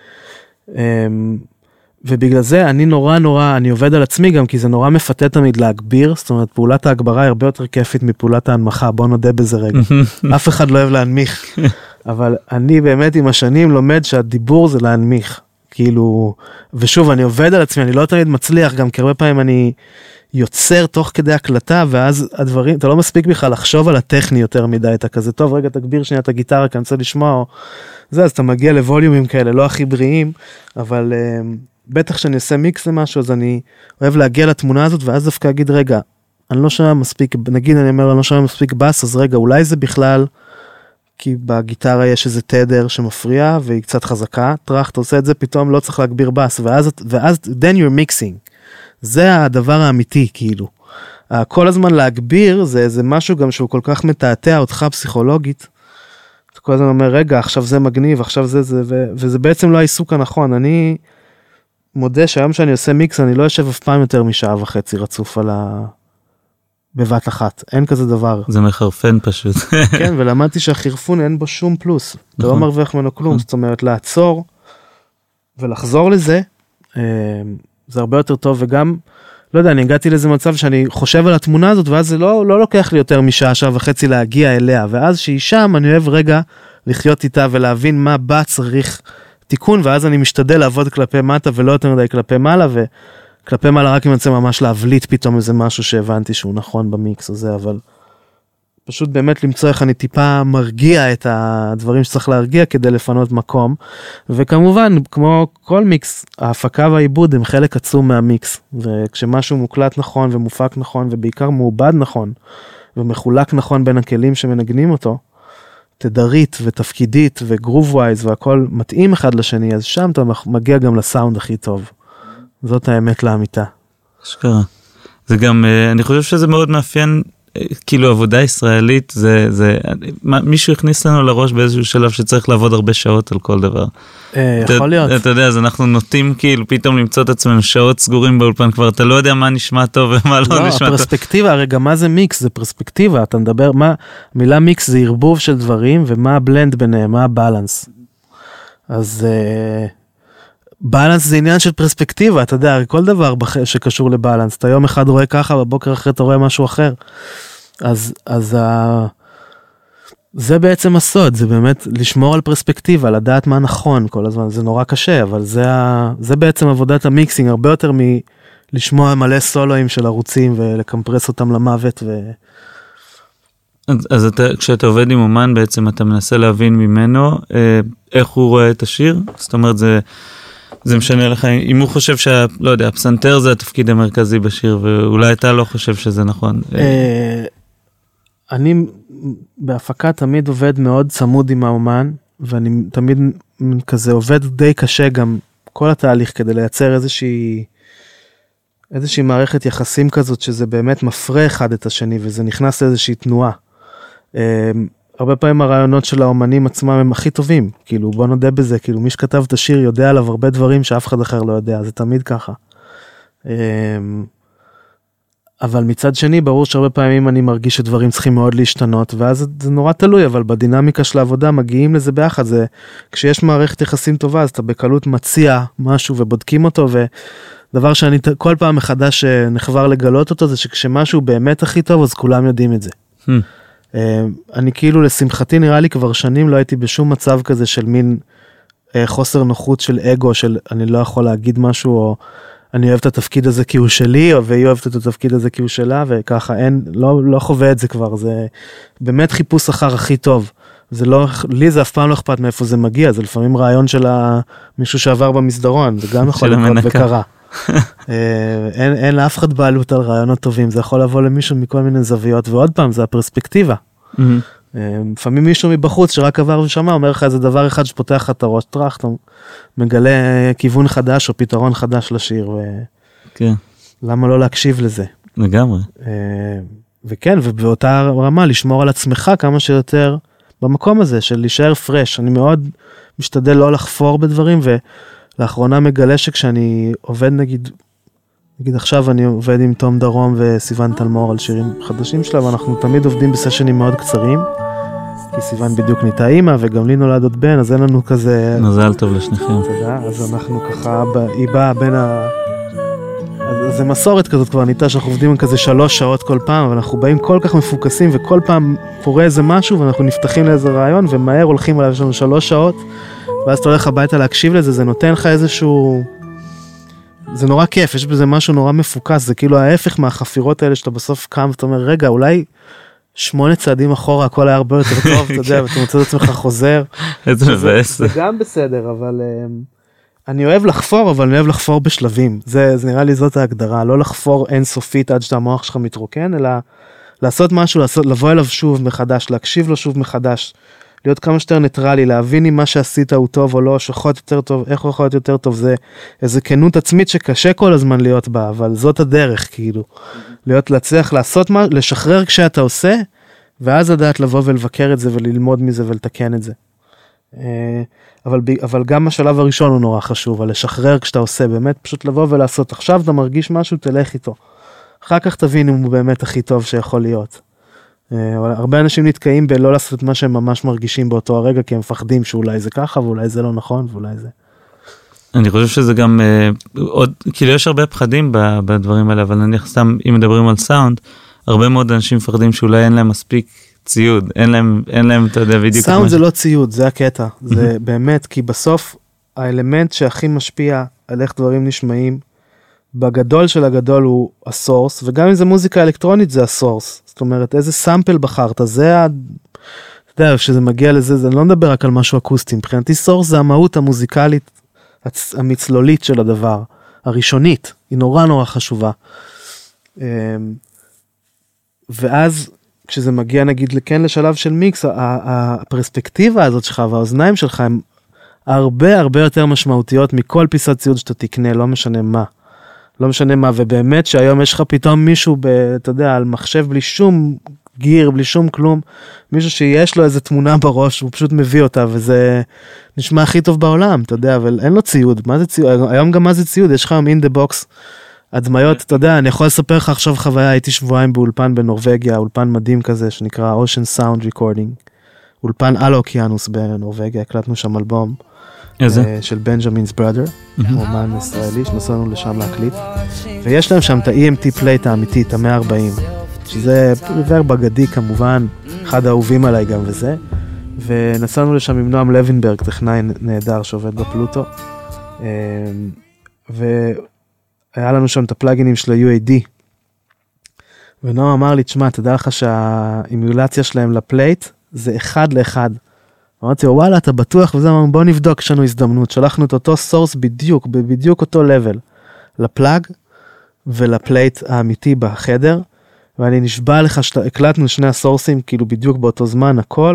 ובגלל זה אני נורא נורא, אני עובד על עצמי גם, כי זה נורא מפתה תמיד להגביר, זאת אומרת, פעולת ההגברה היא הרבה יותר כיפית מפעולת ההנמכה, בוא נודה בזה רגע. אף אחד לא אוהב להנמיך, אבל אני באמת עם השנים לומד שהדיבור זה להנמיך. כאילו, ושוב, אני עובד על עצמי, אני לא תמיד מצליח, גם כי הרבה פעמים אני יוצר תוך כדי הקלטה, ואז הדברים, אתה לא מספיק בכלל לחשוב על הטכני יותר מדי, אתה כזה, טוב, רגע, תגביר שנייה את הגיטרה, כי אני רוצה לשמוע, או זה, אז אתה מגיע לווליומים כאלה, לא הכי בריאים, אבל uh, בטח שאני עושה מיקס למשהו, אז אני אוהב להגיע לתמונה הזאת, ואז דווקא אגיד, רגע, אני לא שומע מספיק, נגיד, אני אומר, אני לא שומע מספיק בס, אז רגע, אולי זה בכלל... כי בגיטרה יש איזה תדר שמפריע, והיא קצת חזקה, טרח, אתה עושה את זה, פתאום לא צריך להגביר בס, ואז, ואז, then you're mixing. זה הדבר האמיתי, כאילו. כל הזמן להגביר, זה, זה משהו גם שהוא כל כך מתעתע אותך פסיכולוגית. אתה כל הזמן אומר, רגע, עכשיו זה מגניב, עכשיו זה זה, ו, וזה בעצם לא העיסוק הנכון. אני מודה שהיום שאני עושה מיקס, אני לא יושב אף פעם יותר משעה וחצי רצוף על ה... בבת אחת. אין כזה דבר. זה מחרפן פשוט. כן, ולמדתי שהחירפון אין בו שום פלוס. אתה לא מרוויח ממנו כלום. זאת אומרת, לעצור ולחזור לזה, זה הרבה יותר טוב, וגם, לא יודע, אני הגעתי לזה מצב שאני חושב על התמונה הזאת, ואז זה לא, לא לוקח לי יותר משעה, שעה וחצי להגיע אליה, ואז שהיא שם, אני אוהב רגע לחיות איתה, ולהבין מה בה צריך תיקון, ואז אני משתדל לעבוד כלפי מטה, ולא יותר מדי כלפי מעלה, וכלפי מעלה רק אם אני רוצה ממש להבליט פתאום איזה משהו שהבנתי שהוא נכון במיקס הזה, אבל פשוט באמת למצוא איך אני טיפה מרגיע את הדברים שצריך להרגיע כדי לפנות מקום, וכמובן, כמו כל מיקס, ההפקה והעיבוד הם חלק עצום מהמיקס, וכשמשהו מוקלט נכון ומופק נכון, ובעיקר מעובד נכון, ומחולק נכון בין הכלים שמנגנים אותו, תדרית ותפקידית וגרוב ווייז והכל מתאים אחד לשני, אז שם אתה מגיע גם לסאונד הכי טוב. זאת האמת לאמיתה. אשכרה. זה גם, אני חושב שזה מאוד מאפיין, כאילו עבודה ישראלית, זה, זה, מישהו הכניס לנו לראש באיזשהו שלב שצריך לעבוד הרבה שעות על כל דבר. יכול להיות. אתה יודע, אז אנחנו נוטים כאילו פתאום למצוא את עצמנו שעות סגורים באולפן, כבר אתה לא יודע מה נשמע טוב ומה לא נשמע טוב. לא, הפרספקטיבה, הרי גם מה זה מיקס? זה פרספקטיבה, אתה מדבר, מה, מילה מיקס זה ערבוב של דברים, ומה הבלנד ביניהם, מה הבאלנס. אז בלנס זה עניין של פרספקטיבה, אתה יודע, כל דבר שקשור לבלנס, אתה יום אחד רואה ככה, בבוקר אחרי אתה רואה משהו אחר. אז, אז ה... זה בעצם הסוד, זה באמת לשמור על פרספקטיבה, לדעת מה נכון כל הזמן, זה נורא קשה, אבל זה, ה... זה בעצם עבודת המיקסינג, הרבה יותר מלשמוע מלא סולואים של ערוצים, ולקמפרס אותם למוות. ו... אז, אז אתה, כשאתה עובד עם אומן, בעצם אתה מנסה להבין ממנו, אה, איך הוא רואה את השיר, זאת אומרת, זה... זה משנה לך, אם הוא חושב שה, לא יודע, הפסנתר זה התפקיד המרכזי בשיר, ואולי אתה לא חושב שזה נכון. אני בהפקה תמיד עובד מאוד צמוד עם האומן, ואני תמיד כזה עובד די קשה גם כל התהליך, כדי לייצר איזושהי, איזושהי מערכת יחסים כזאת, שזה באמת מפרה אחד את השני, וזה נכנס לאיזושהי תנועה. הרבה פעמים הרעיונות של האומנים עצמם הם הכי טובים, כאילו בוא נודה בזה, כאילו מי שכתב את השיר יודע עליו הרבה דברים שאף אחד אחר לא יודע, זה תמיד ככה. אבל מצד שני, ברור שהרבה פעמים אני מרגיש שדברים צריכים מאוד להשתנות, ואז זה נורא תלוי, אבל בדינמיקה של העבודה מגיעים לזה ביחד, זה כשיש מערכת יחסים טובה, אז אתה בקלות מציע משהו ובודקים אותו, ודבר שאני כל פעם מחדש נחבר לגלות אותו, זה שכשמשהו באמת הכי טוב, אז כולם יודעים את זה. אני כאילו לשמחתי נראה לי כבר שנים לא הייתי בשום מצב כזה של מין חוסר נוחות של אגו, של אני לא יכול להגיד משהו, או אני אוהב את התפקיד הזה כי הוא שלי, או והיא אוהבת את התפקיד הזה כי הוא שלה, וככה אין, לא, לא חווה את זה כבר, זה באמת חיפוש אחר הכי טוב. זה לא, לי זה אף פעם לא אכפת מאיפה זה מגיע, זה לפעמים רעיון של מישהו שעבר במסדרון, זה גם יכול לקרות וקרה. אין, אין לאף אחד בעלות על רעיונות טובים, זה יכול לבוא למישהו מכל מיני זוויות, ועוד פעם, זה הפרספקטיבה. לפעמים מישהו מבחוץ שרק עבר ושמע, אומר לך איזה דבר אחד שפותח את הראש, טרח, אתה מגלה כיוון חדש או פתרון חדש לשיר, למה לא להקשיב לזה? לגמרי. וכן, ובאותה רמה, לשמור על עצמך כמה שיותר במקום הזה, של להישאר פרש. אני מאוד משתדל לא לחפור בדברים, ולאחרונה מגלה שכשאני עובד, נגיד, נגיד עכשיו אני עובד עם תום דרום וסיוון תלמור על שירים חדשים שלה, ואנחנו תמיד עובדים בסשנים מאוד קצרים, כי סיוון בדיוק נהייתה אימא, וגם לי נולד עוד בן, אז אין לנו כזה... מזל טוב לשניכם. תודה, אז אנחנו ככה, היא באה בין ה... אז זה מסורת כזאת כבר נהייתה, שאנחנו עובדים כזה שלוש שעות כל פעם, אבל אנחנו באים כל כך מפוקסים, וכל פעם קורה איזה משהו, ואנחנו נפתחים לאיזה רעיון, ומהר הולכים עליו, יש לנו שלוש שעות, ואז אתה הולך הביתה להקשיב לזה, זה נותן לך איזשהו... זה נורא כיף, יש בזה משהו נורא מפוקס, זה כאילו ההפך מהחפירות האלה, שאתה בסוף קם, ואתה אומר, רגע, אולי שמונה צעדים אחורה, הכל היה הרבה יותר טוב, אתה יודע, ואתה מוצא את עצמך חוזר. איזה מבאס. זה גם בסדר, אבל... אני אוהב לחפור, אבל אני אוהב לחפור בשלבים. זה, זה נראה לי זאת ההגדרה, לא לחפור אינסופית עד שהמוח שלך מתרוקן, אלא לעשות משהו, לעשות, לבוא אליו שוב מחדש, להקשיב לו שוב מחדש, להיות כמה שיותר ניטרלי, להבין אם מה שעשית הוא טוב או לא, שיכול להיות יותר טוב, איך הוא יכול להיות יותר טוב, זה איזו כנות עצמית שקשה כל הזמן להיות בה, אבל זאת הדרך, כאילו. להיות, להצליח לעשות מה, לשחרר כשאתה עושה, ואז לדעת לבוא ולבקר את זה, וללמוד מזה ולתקן את זה. אבל, אבל גם השלב הראשון הוא נורא חשוב, על לשחרר כשאתה עושה, באמת פשוט לבוא ולעשות, עכשיו אתה מרגיש משהו, תלך איתו. אחר כך תבין אם הוא באמת הכי טוב שיכול להיות. הרבה אנשים נתקעים בלא לעשות את מה שהם ממש מרגישים באותו הרגע, כי הם מפחדים שאולי זה ככה, ואולי זה לא נכון, ואולי זה... אני חושב שזה גם, עוד, כאילו יש הרבה פחדים בדברים האלה, אבל נניח סתם, אם מדברים על סאונד, הרבה מאוד אנשים מפחדים שאולי אין להם מספיק ציוד, אין להם, אין להם, אתה יודע, בדיוק... סאונד זה לא ציוד, זה הקטע. זה באמת, כי בסוף, האלמנט שהכי משפיע על איך דברים נשמעים, בגדול של הגדול הוא הסורס, וגם אם זה מוזיקה אלקטרונית זה הסורס. זאת אומרת, איזה סאמפל בחרת, זה ה... אתה יודע, כשזה מגיע לזה, זה לא מדבר רק על משהו אקוסטי. מבחינתי סורס זה המהות המוזיקלית, המצלולית של הדבר, הראשונית, היא נורא נורא חשובה. ואז, כשזה מגיע נגיד כן לשלב של מיקס, הפרספקטיבה הזאת שלך והאוזניים שלך הם הרבה הרבה יותר משמעותיות מכל פיסת ציוד שאתה תקנה, לא משנה מה. לא משנה מה, ובאמת שהיום יש לך פתאום מישהו, ב, אתה יודע, על מחשב בלי שום גיר, בלי שום כלום, מישהו שיש לו איזה תמונה בראש, הוא פשוט מביא אותה, וזה נשמע הכי טוב בעולם, אתה יודע, אבל אין לו ציוד, מה זה ציוד? היום גם מה זה ציוד? יש לך היום in the box, הדמיות, אתה יודע, אני יכול לספר לך עכשיו חוויה, הייתי שבועיים באולפן בנורווגיה, אולפן מדהים כזה, שנקרא Ocean Sound Recording, אולפן על האוקיינוס בנורווגיה, הקלטנו שם אלבום, איזה? של בנג'מינס בראדר, אומן ישראלי, שנסענו לשם להקליט, ויש להם שם את ה-E M T פלייט האמיתית, ה-מאה וארבעים, שזה ריברב אגדי כמובן, אחד האהובים עליי גם וזה, ונסענו לשם עם נועם לוינברג, טכנאי נהדר שעובד בפלוטו, והיה לנו שם את הפלאגינים של ה-U A D, ונועם אמר לי, תשמע, תדע לך שהאימולציה שלהם לפלייט, זה אחד לאחד, אמרתי לו, וואלה, אתה בטוח, וזה אמרנו, בוא נבדוק, יש לנו הזדמנות, שלחנו את אותו סורס בדיוק, בדיוק אותו לבל, לפלאג ולפלייט האמיתי בחדר, ואני נשבע לך, הקלטנו שני הסורסים, כאילו בדיוק באותו זמן, הכל,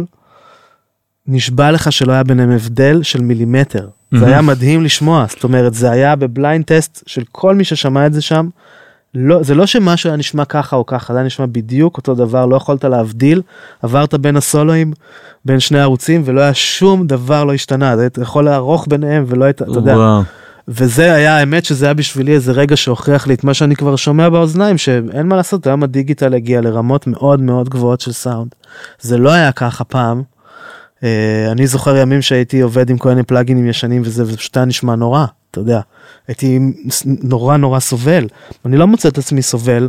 נשבע לך שלא היה ביניהם הבדל של מילימטר, זה היה מדהים לשמוע, זאת אומרת, זה היה בבליינד טסט של כל מי ששמע את זה שם, לא, זה לא שמשהו היה נשמע ככה או ככה, זה היה נשמע בדיוק אותו דבר, לא יכולת להבדיל, עברת בין הסולואים, בין שני ערוצים, ולא היה שום דבר לא השתנה, אתה יכול לערוך ביניהם, ולא היית, אתה יודע, וזה היה האמת שזה היה בשבילי איזה רגע שהוכיח לי את מה שאני כבר שומע באוזניים, שאין מה לעשות, היום הדיגיטל הגיע לרמות מאוד מאוד גבוהות של סאונד, זה לא היה ככה פעם, אני זוכר ימים שהייתי עובד עם כל מיני פלאגינים ישנים, וזה פשוט היה נשמע נורא, אתה יודע, הייתי נורא נורא סובל, אני לא מוצא את עצמי סובל,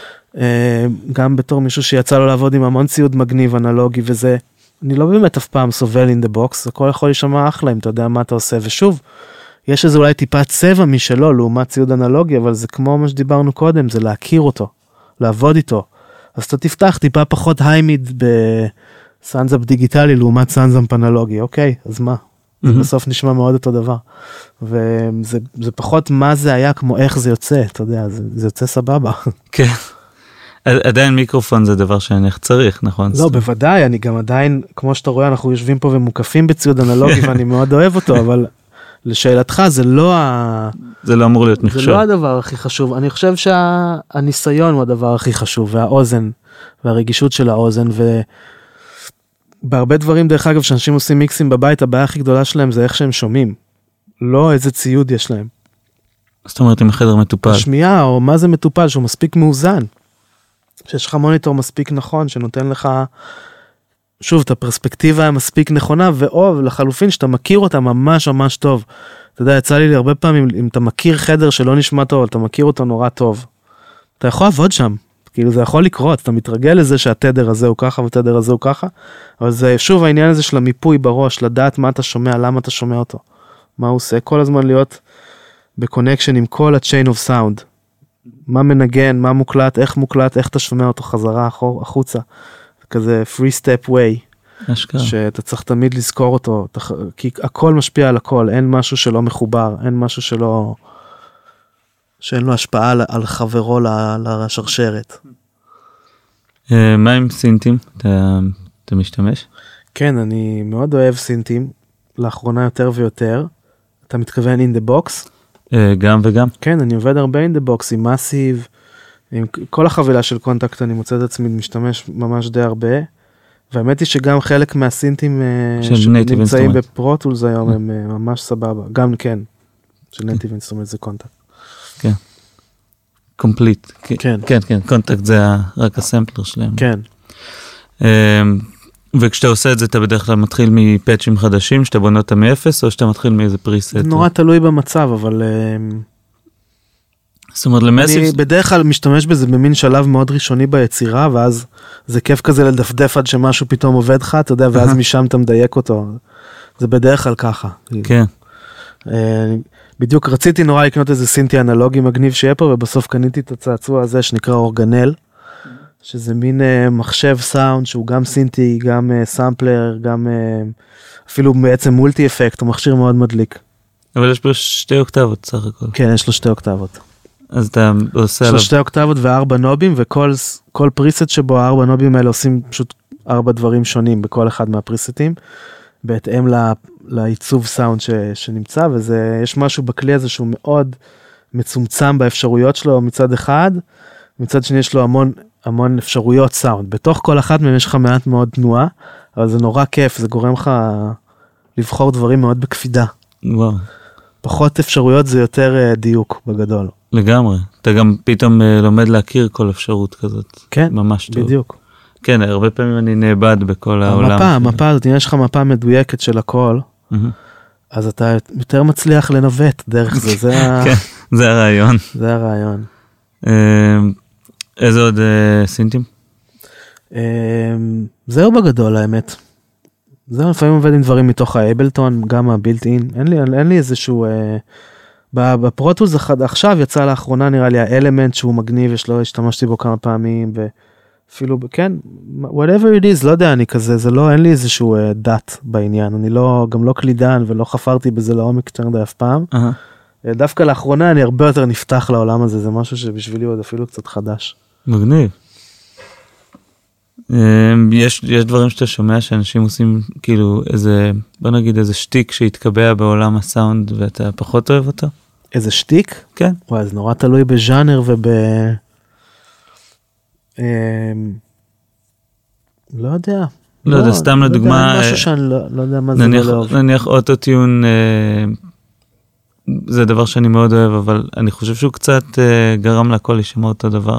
גם בתור מישהו שיצא לו לעבוד עם המון ציוד מגניב, אנלוגי וזה, אני לא באמת אף פעם סובל in the box, הכל יכול להישמע אחלה אם אתה יודע מה אתה עושה, ושוב, יש איזה אולי טיפה צבע משלו, לעומת ציוד אנלוגי, אבל זה כמו מה שדיברנו קודם, זה להכיר אותו, לעבוד איתו, אז אתה תפתח טיפה פחות היימיד בסאנזאפ דיגיטלי, לעומת סאנזאפ אנלוגי, אוקיי, אז מה? זה בסוף נשמע מאוד אותו דבר, וזה זה פחות מה זה היה כמו איך זה יוצא, אתה יודע, זה, זה יוצא סבבה. כן. עדיין מיקרופון זה דבר שאני צריך, נכון? לא, בוודאי, אני גם עדיין, כמו שאתה רואה, אנחנו יושבים פה ומוקפים בציוד אנלוגי, ואני מאוד אוהב אותו, אבל לשאלתך, זה לא ה... זה לא אמור להיות נחשב. זה לא הדבר הכי חשוב, אני חושב שהניסיון הוא הדבר הכי חשוב, והאוזן, והרגישות של האוזן, ו... בהרבה דברים, דרך אגב, שאנשים עושים מיקסים בבית, הבעיה הכי גדולה שלהם זה איך שהם שומעים. לא איזה ציוד יש להם. זאת אומרת, אם החדר מטופל. השמיעה, או מה זה מטופל, שהוא מספיק מאוזן. שיש לך מוניטור מספיק נכון, שנותן לך, שוב, את הפרספקטיבה המספיק נכונה, ואו לחלופין, שאתה מכיר אותה ממש ממש טוב. אתה יודע, יצא לי הרבה פעמים, אם אתה מכיר חדר שלא נשמע טוב, אתה מכיר אותו נורא טוב. אתה יכול לעבוד שם. כאילו זה יכול לקרות, אתה מתרגל לזה שהתדר הזה הוא ככה והתדר הזה הוא ככה, אבל זה שוב העניין הזה של המיפוי בראש, לדעת מה אתה שומע, למה אתה שומע אותו, מה הוא עושה, כל הזמן להיות בקונקשן עם כל ה-chain of sound, מה מנגן, מה מוקלט, איך מוקלט, איך אתה שומע אותו חזרה החוצה, כזה free step way, אשכרה. שאתה צריך תמיד לזכור אותו, כי הכל משפיע על הכל, אין משהו שלא מחובר, אין משהו שלא... שאין לו השפעה על, על חברו לשרשרת. מה עם סינטים? אתה, אתה משתמש? כן, אני מאוד אוהב סינטים, לאחרונה יותר ויותר. אתה מתכוון in the box? גם וגם. כן, אני עובד הרבה in the box, עם מאסיב, עם כל החבילה של קונטקט, אני מוצא את עצמי משתמש ממש די הרבה, והאמת היא שגם חלק מהסינטים שנמצאים בפרוטולס היום הם ממש סבבה, גם כן, של נייטיב אינסטרומנט זה קונטקט. כן. קומפליט. כן, כן, כן, קונטקט זה רק הסמפלר שלהם. כן. וכשאתה עושה את זה, אתה בדרך כלל מתחיל מפאצ'ים חדשים, שאתה בונה אותם מאפס, או שאתה מתחיל מאיזה פריסט? זה נורא תלוי במצב, אבל... זאת אומרת, למסיב... אני בדרך כלל משתמש בזה במין שלב מאוד ראשוני ביצירה, ואז זה כיף כזה לדפדף עד שמשהו פתאום עובד לך, אתה יודע, ואז משם אתה מדייק אותו. זה בדרך כלל ככה. כן. בדיוק רציתי נורא לקנות איזה סינטי אנלוגי מגניב שיהיה פה, ובסוף קניתי את הצעצוע הזה שנקרא אורגנל, שזה מין uh, מחשב סאונד שהוא גם סינטי, גם uh, סאמפלר, גם uh, אפילו בעצם מולטי אפקט, הוא מכשיר מאוד מדליק. אבל יש פה שתי אוקטבות סך הכל. כן, יש לו שתי אוקטבות. אז אתה עושה עליו... יש לו שתי אוקטבות וארבע נובים, וכל כל פריסט שבו הארבע נובים האלה עושים פשוט ארבע דברים שונים בכל אחד מהפריסטים, בהתאם לה, לעיצוב סאונד ש, שנמצא, וזה, יש משהו בכלי הזה שהוא מאוד מצומצם באפשרויות שלו מצד אחד, מצד שני יש לו המון... המון אפשרויות סאונד. בתוך כל אחת מהם יש לך מעט מאוד תנועה, אבל זה נורא כיף, זה גורם לך לבחור דברים מאוד בקפידה. וואו. פחות אפשרויות זה יותר דיוק בגדול. לגמרי. אתה גם פתאום לומד להכיר כל אפשרות כזאת. כן, ממש טוב. בדיוק. כן, הרבה פעמים אני נאבד בכל העולם. המפה, המפה הזאת, אם יש לך מפה מדויקת של הכל, אז אתה יותר מצליח לנווט דרך זה. כן, זה הרעיון. זה הרעיון. איזה עוד סינטים? זהו בגדול האמת. זהו לפעמים עובד עם דברים מתוך האבלטון, גם הבילט אין. אין לי, אין לי איזשהו... בפרוטוס עכשיו יצא לאחרונה נראה לי האלמנט שהוא מגניב, יש לו, השתמשתי בו כמה פעמים, ואפילו, כן, whatever it is, לא יודע, אני כזה, זה לא, אין לי איזשהו דת בעניין. אני לא, גם לא קלידן ולא חפרתי בזה לעומק יותר די אף פעם. דווקא לאחרונה אני הרבה יותר נפתח לעולם הזה, זה משהו שבשבילי עוד אפילו קצת חדש. מגניב. יש, יש דברים שאתה שומע שאנשים עושים כאילו איזה, בוא נגיד איזה שטיק שהתקבע בעולם הסאונד ואתה פחות אוהב אותו? איזה שטיק? כן. וואי, זה נורא תלוי בז'אנר וב... לא יודע. לא יודע, סתם לדוגמה... משהו שאני לא יודע מה זה לא אוהב. נניח אוטוטיון... זה דבר שאני מאוד אוהב, אבל אני חושב שהוא קצת גרם לכל לשמוע אותו דבר.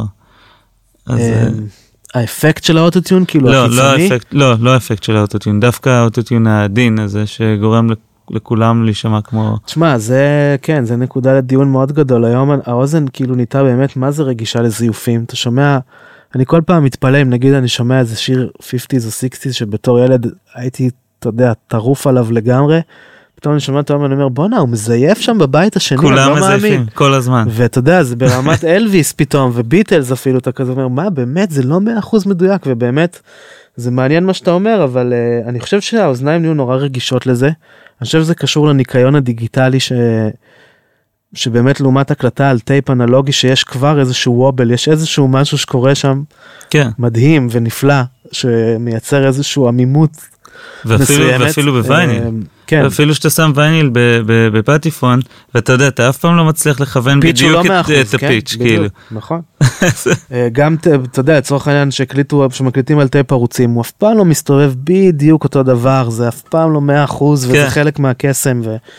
האפקט של האוטוטיון, כאילו החיצוני? לא, לא האפקט של האוטוטיון, דווקא האוטוטיון העדין הזה, שגורם לכולם להישמע כמו... תשמע, זה, כן, זה נקודה לדיון מאוד גדול. היום האוזן כאילו ניתה באמת, מה זה רגישה לזיופים? אתה שומע, אני כל פעם מתפלא, אם נגיד אני שומע איזה שיר חמישים או שישים, שבתור ילד הייתי, אתה יודע, טרוף עליו לגמרי, פתאום אני שומע את האומן, אני אומר, בונה, הוא מזייף שם בבית השני, כולם מזייפים, כל הזמן. ואתה יודע, זה ברמת אלוויס פתאום, וביטלס אפילו, אתה כזה אומר, מה, באמת, זה לא מאה אחוז מדויק, ובאמת, זה מעניין מה שאתה אומר, אבל uh, אני חושב שהאוזניים נהיו נורא רגישות לזה, אני חושב שזה קשור לניקיון הדיגיטלי, ש... שבאמת לעומת הקלטה על טייפ אנלוגי, שיש כבר איזשהו וובל, יש איזשהו משהו שקורה שם, כן. מדהים ונפלא, שמייצר איזשהו עמימות, ואפילו, ואפילו בווייניל. כן. אפילו שאתה שם וייניל בפטיפון, ואתה יודע, אתה אף פעם לא מצליח לכוון בדיוק את הפיץ', כאילו. נכון. גם, אתה יודע, לצורך העניין שהקליטו, שמקליטים על טייפ ערוצים, הוא אף פעם לא מסתובב בדיוק אותו דבר, זה אף פעם לא מאה אחוז, וזה חלק מהקסם.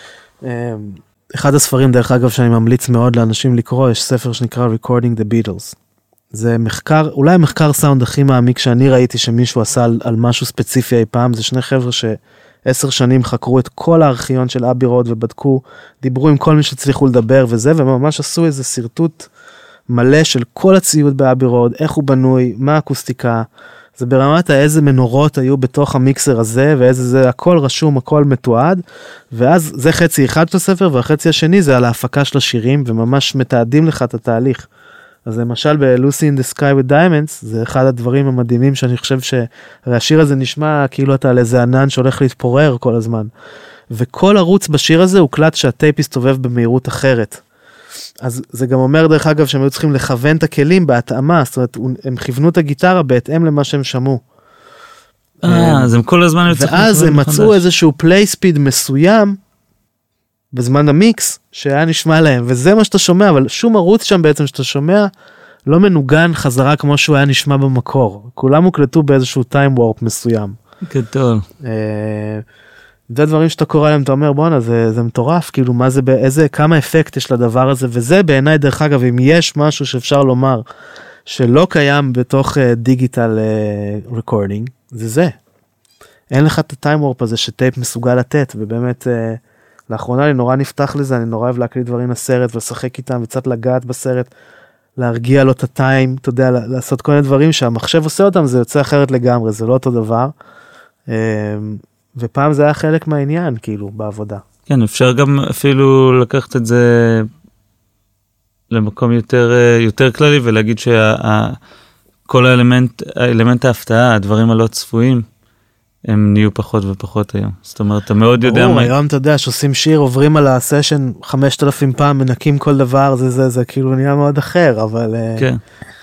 אחד הספרים, דרך אגב, שאני ממליץ מאוד לאנשים לקרוא, יש ספר שנקרא Recording the Beatles. זה מחקר, אולי המחקר סאונד הכי מעמיק שאני ראיתי שמישהו עשה על, על משהו ספציפי אי פעם, זה שני חבר'ה שעשר שנים חקרו את כל הארכיון של אבי רוד ובדקו, דיברו עם כל מי שצליחו לדבר וזה, וממש עשו איזה סרטוט מלא של כל הציוד באבי רוד, איך הוא בנוי, מה האקוסטיקה, זה ברמת איזה מנורות היו בתוך המיקסר הזה, ואיזה זה, הכל רשום, הכל מתועד, ואז זה חצי אחד של הספר, והחצי השני זה על ההפקה של השירים, וממש מתעדים לך את התהליך. אז למשל ב-Lucy in the Sky with Diamonds, זה אחד הדברים המדהימים שאני חושב שהשיר הזה נשמע כאילו אתה על איזה ענן שהולך להתפורר כל הזמן. וכל ערוץ בשיר הזה הוא קלט שהטייפ יסתובב במהירות אחרת. אז זה גם אומר דרך אגב שהם היו צריכים לכוון את הכלים בהתאמה, זאת אומרת הם כיוונו את הגיטרה בהתאם למה שהם שמעו. אה, אז הם כל הזמן יוצאים. ואז הם מצאו איזשהו פליי ספיד מסוים, בזמן המיקס, שהיה נשמע להם, וזה מה שאתה שומע, אבל שום ערוץ שם בעצם שאתה שומע, לא מנוגן חזרה כמו שהוא היה נשמע במקור. כולם הוקלטו באיזשהו טיים וורפ מסוים. גדול. זה דברים שאתה קורא להם, אתה אומר, בואנה, זה, זה מטורף, כאילו, מה זה, איזה, כמה אפקט יש לדבר הזה, וזה בעיניי, דרך אגב, אם יש משהו שאפשר לומר, שלא קיים בתוך דיגיטל ריקורדינג, זה זה. אין לך את הטיים וורפ הזה שטייפ מסוגל לתת, ובאמת, uh, לאחרונה אני נורא נפתח לזה, אני נורא אוהב להקליט דברים לסרט, ולשחק איתם, וקצת לגעת בסרט, להרגיע לו את הטיים, אתה יודע, לעשות כל מיני דברים שהמחשב עושה אותם, זה יוצא אחרת לגמרי, זה לא אותו דבר. Uh, ופעם זה היה חלק מהעניין, כאילו, בעבודה. כן, אפשר גם אפילו לקחת את זה למקום יותר, יותר כללי, ולהגיד שכל האלמנט, האלמנט ההפתעה, הדברים הלא צפויים, הם נהיו פחות ופחות היום. זאת אומרת, אתה מאוד יודע מה... היום אתה יודע, שעושים שיר, עוברים על הסשן חמשת אלפים פעם, מנקים כל דבר, זה, זה, זה כאילו נהיה מאוד אחר, אבל... כן.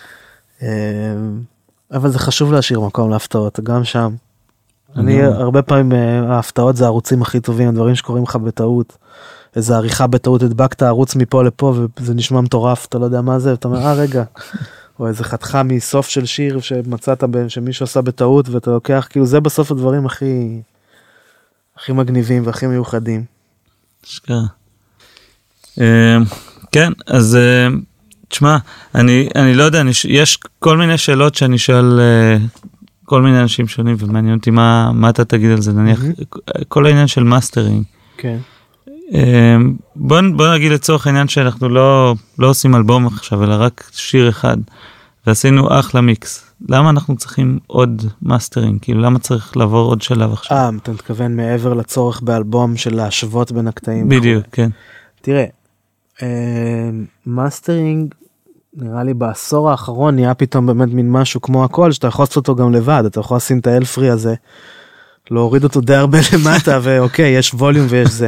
אבל זה חשוב להשאיר מקום להפתעות, גם שם. אני הרבה פעמים, ההפתעות זה הערוצים הכי טובים, הדברים שקוראים לך בטעות, איזו עריכה בטעות, הדבקת הערוץ מפה לפה, וזה נשמע מטורף, אתה לא יודע מה זה, ואתה אומר, אה רגע, או איזה חתיכה מסוף של שיר שמצאת בין שמישהו עשה בטעות, ואתה לוקח, כאילו זה בסוף הדברים הכי, הכי מגניבים והכי מיוחדים. שקרה. כן, אז תשמע, אני, אני לא יודע, יש כל מיני שאלות שאני שואל כל מיני אנשים שונים, ומעניין אותי מה, מה אתה תגיד על זה, נניח, כל העניין של מאסטרינג. כן. בוא, בוא נגיד לצורך העניין שאנחנו לא, לא עושים אלבום עכשיו, אלא רק שיר אחד, ועשינו אחלה מיקס. למה אנחנו צריכים עוד מאסטרינג? כאילו, למה צריך לעבור עוד שלב עכשיו? אה, אתה מתכוון מעבר לצורך באלבום של להשוות בין הקטעים. בדיוק, כן. תראה, מאסטרינג, נראה לי בעשור האחרון נהיה פתאום באמת מין משהו כמו הכל, שאתה יכול לעשות אותו גם לבד, אתה יכול לשים את האלפרי הזה, להוריד אותו די הרבה למטה, ואוקיי, יש ווליום ויש זה.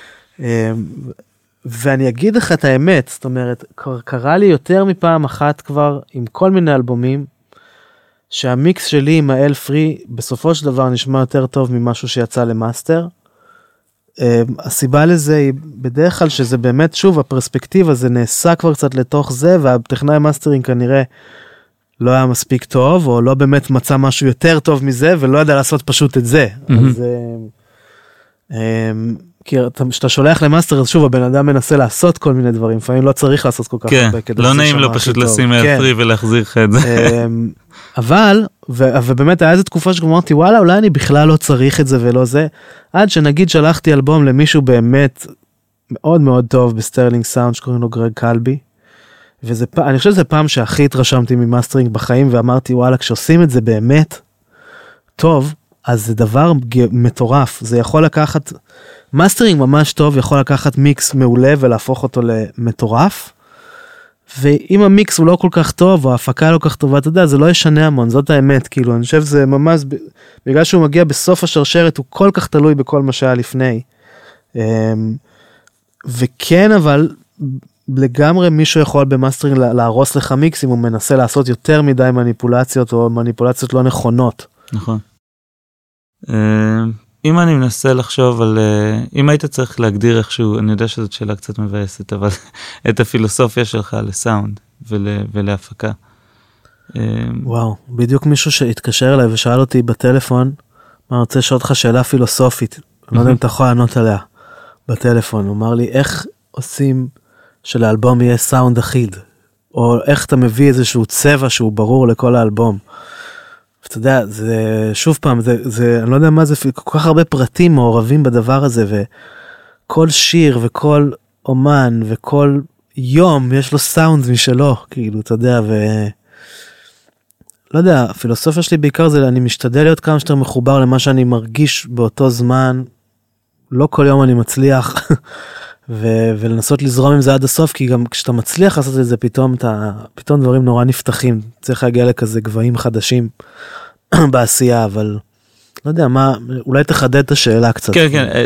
ואני אגיד לך את האמת, זאת אומרת, קרה לי יותר מפעם אחת כבר, עם כל מיני אלבומים, שהמיקס שלי עם האלפרי, בסופו של דבר נשמע יותר טוב ממשהו שיצא למאסטר. הסיבה לזה היא בדרך כלל שזה באמת, שוב, הפרספקטיבה, זה נעשה כבר קצת לתוך זה, והטכנאי מאסטרינג כנראה לא היה מספיק טוב, או לא באמת מצא משהו יותר טוב מזה, ולא ידע לעשות פשוט את זה. אז... כי כשאתה שולח למאסטר, אז שוב, הבן אדם מנסה לעשות כל מיני דברים, לפעמים לא צריך לעשות כל כך הרבה. כן, לא נעים לו פשוט לשים אלפרי ולהחזיר לך את זה. אבל, ובאמת היה איזו תקופה שגמרתי, וואלה, אולי אני בכלל לא צריך את זה ולא זה, עד שנגיד שלחתי אלבום למישהו באמת מאוד מאוד טוב בסטרלינג סאונד, שקוראים לו גרג קלבי, ואני חושב שזה פעם שהכי התרשמתי ממאסטרינג בחיים, ואמרתי, וואלה, כשעושים את זה באמת טוב, אז זה דבר מטורף, זה יכול לקחת, מאסטרינג ממש טוב, יכול לקחת מיקס מעולה ולהפוך אותו למטורף, ואם המיקס הוא לא כל כך טוב, או ההפקה לא כל כך טובה, אתה יודע, זה לא ישנה המון, זאת האמת, כאילו, אני חושב שזה ממש, בגלל שהוא מגיע בסוף השרשרת, הוא כל כך תלוי בכל מה שהיה לפני, וכן, אבל לגמרי מישהו יכול במאסטרינג להרוס לך מיקס, אם הוא מנסה לעשות יותר מדי מניפולציות, או מניפולציות לא נכונות. נכון. אם אני מנסה לחשוב על, אם היית צריך להגדיר איכשהו, אני יודע שזאת שאלה קצת מבאסת, אבל את הפילוסופיה שלך לסאונד ולהפקה. וואו, בדיוק מישהו שהתקשר אליי ושאל אותי בטלפון, מה רוצה לשאול אותך שאלה פילוסופית, אני לא יודע אם אתה יכול לענות עליה בטלפון, הוא אמר לי, איך עושים שלאלבום יהיה סאונד אחיד, או איך אתה מביא איזשהו צבע שהוא ברור לכל האלבום. אתה יודע, זה, שוב פעם, זה, זה, אני לא יודע מה זה, כל כך הרבה פרטים מעורבים בדבר הזה, וכל שיר וכל אומן וכל יום יש לו סאונד משלו, כאילו, אתה יודע, ו... לא יודע, הפילוסופיה שלי בעיקר זה, אני משתדל להיות כמה שיותר מחובר למה שאני מרגיש באותו זמן, לא כל יום אני מצליח, ו- ולנסות לזרום עם זה עד הסוף, כי גם כשאתה מצליח לעשות את זה, פתאום, אתה, פתאום דברים נורא נפתחים, צריך להגיע לכזה גבהים חדשים בעשייה, אבל לא יודע, מה, אולי תחדד את השאלה קצת. כן, כן,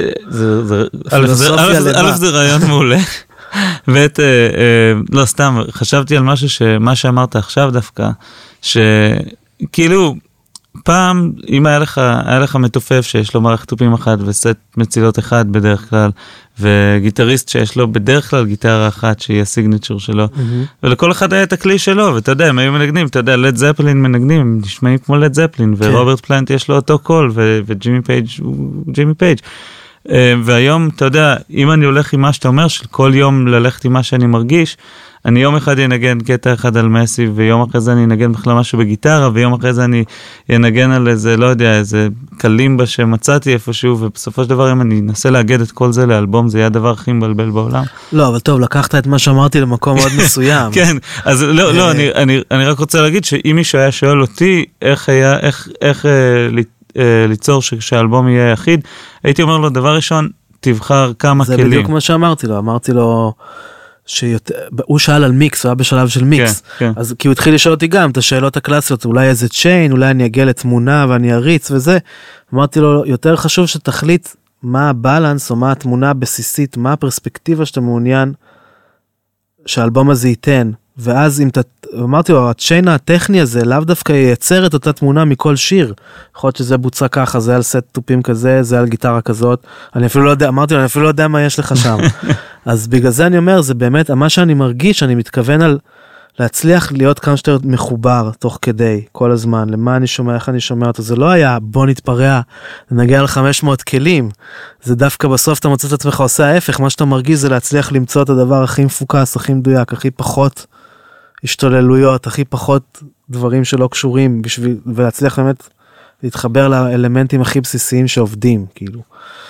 א' זה רעיון מעולה, ואת, לא סתם, חשבתי על משהו, שמה שאמרת עכשיו דווקא, שכאילו, פעם, אם היה לך, היה לך מתופף שיש לו מערכת תופים אחת וסט מצילות אחד בדרך כלל, וגיטריסט שיש לו בדרך כלל גיטרה אחת שהיא הסיגנצ'ר שלו, mm-hmm. ולכל אחד היה את הכלי שלו, ואתה יודע, הם היו מנגנים, אתה יודע, לד זפלין מנגנים, הם נשמעים כמו לד זפלין, כן. ורוברט פלנט יש לו אותו קול, ו- וג'ימי פייג' הוא ג'ימי פייג'. Uh, והיום, אתה יודע, אם אני הולך עם מה שאתה אומר, של כל יום ללכת עם מה שאני מרגיש, אני יום אחד ינגן קטע אחד על מסי, ויום אחרי זה אני אנגן בכלל משהו בגיטרה, ויום אחרי זה אני ינגן על איזה, לא יודע, איזה קלימבה שמצאתי איפשהו, ובסופו של דבר אם אני אנסה לאגד את כל זה לאלבום, זה יהיה הדבר הכי מבלבל בעולם. לא, אבל טוב, לקחת את מה שאמרתי למקום מאוד מסוים. כן, אז לא, לא, אני, אני, אני רק רוצה להגיד שאם מישהו היה שואל אותי, איך היה, איך, איך, ליצור שהאלבום יהיה יחיד, הייתי אומר לו, דבר ראשון, תבחר כמה זה כלים. זה בדיוק מה שאמרתי לו, אמרתי לו, שיותר, הוא שאל על מיקס, הוא היה בשלב של מיקס, כן, כן. אז כי הוא התחיל לשאול אותי גם את השאלות הקלאסיות, אולי איזה צ'יין, אולי אני אגיע לתמונה ואני אריץ וזה, אמרתי לו, יותר חשוב שתחליט מה הבלנס או מה התמונה הבסיסית, מה הפרספקטיבה שאתה מעוניין שהאלבום הזה ייתן, ואז אם ת... אמרתי לו, הצ'יין הטכני הזה לאו דווקא ייצר את אותה תמונה מכל שיר. יכול להיות שזה בוצע ככה, זה על סט טופים כזה, זה על גיטרה כזאת. אני אפילו לא יודע, אמרתי לו, אני אפילו לא יודע מה יש לך שם. אז בגלל זה אני אומר, זה באמת, מה שאני מרגיש, אני מתכוון על להצליח להיות כמה שיותר מחובר תוך כדי, כל הזמן, למה אני שומע, איך אני שומע אותו. זה לא היה, בוא נתפרע, נגיע ל-חמש מאות כלים. זה דווקא בסוף אתה מוצא את עצמך עושה ההפך, מה שאתה מרגיש זה להצליח למצוא את הדבר הכי מפוקס, הכי מדויק, הכי פחות השתוללויות, הכי פחות דברים שלא קשורים, בשביל, ולהצליח באמת להתחבר לאלמנטים הכי בסיסיים שעובדים, כאילו.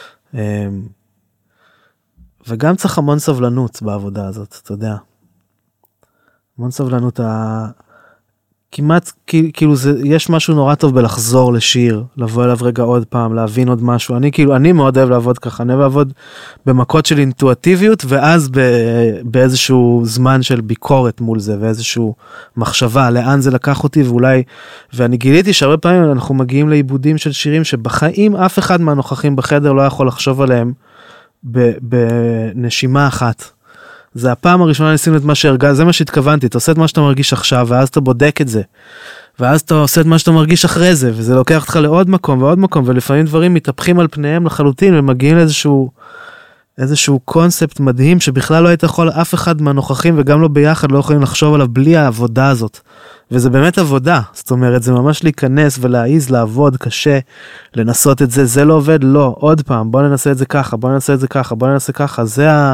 וגם צריך המון סבלנות בעבודה הזאת, אתה יודע. המון סבלנות, ה... כמעט, כאילו, זה, יש משהו נורא טוב בלחזור לשיר, לבוא אליו רגע עוד פעם, להבין עוד משהו. אני כאילו, אני מאוד אוהב לעבוד ככה, אני אוהב לעבוד במכות של אינטואטיביות, ואז ב, באיזשהו זמן של ביקורת מול זה, ואיזשהו מחשבה, לאן זה לקח אותי, ואולי, ואני גיליתי שהרבה פעמים אנחנו מגיעים לעיבודים של שירים, שבחיים אף אחד מהנוכחים בחדר לא יכול לחשוב עליהם, בנשימה אחת. זה הפעם הראשונה ניסינו את מה שהרגע, זה מה שהתכוונתי, אתה עושה את מה שאתה מרגיש עכשיו, ואז אתה בודק את זה, ואז אתה עושה את מה שאתה מרגיש אחרי זה, וזה לוקח אותך לעוד מקום ועוד מקום, ולפעמים דברים מתהפכים על פניהם לחלוטין, ומגיעים לאיזשהו, איזשהו קונספט מדהים, שבכלל לא היית יכול, אף אחד מהנוכחים, וגם לא ביחד, לא יכולים לחשוב עליו בלי העבודה הזאת, וזה באמת עבודה, זאת אומרת, זה ממש להיכנס ולהעיז, לעבוד קשה, לנסות את זה, זה לא עובד, לא, עוד פעם, בוא ננסה את זה ככה, בוא ננסה את זה ככה, בוא ננסה ככה, זה ה...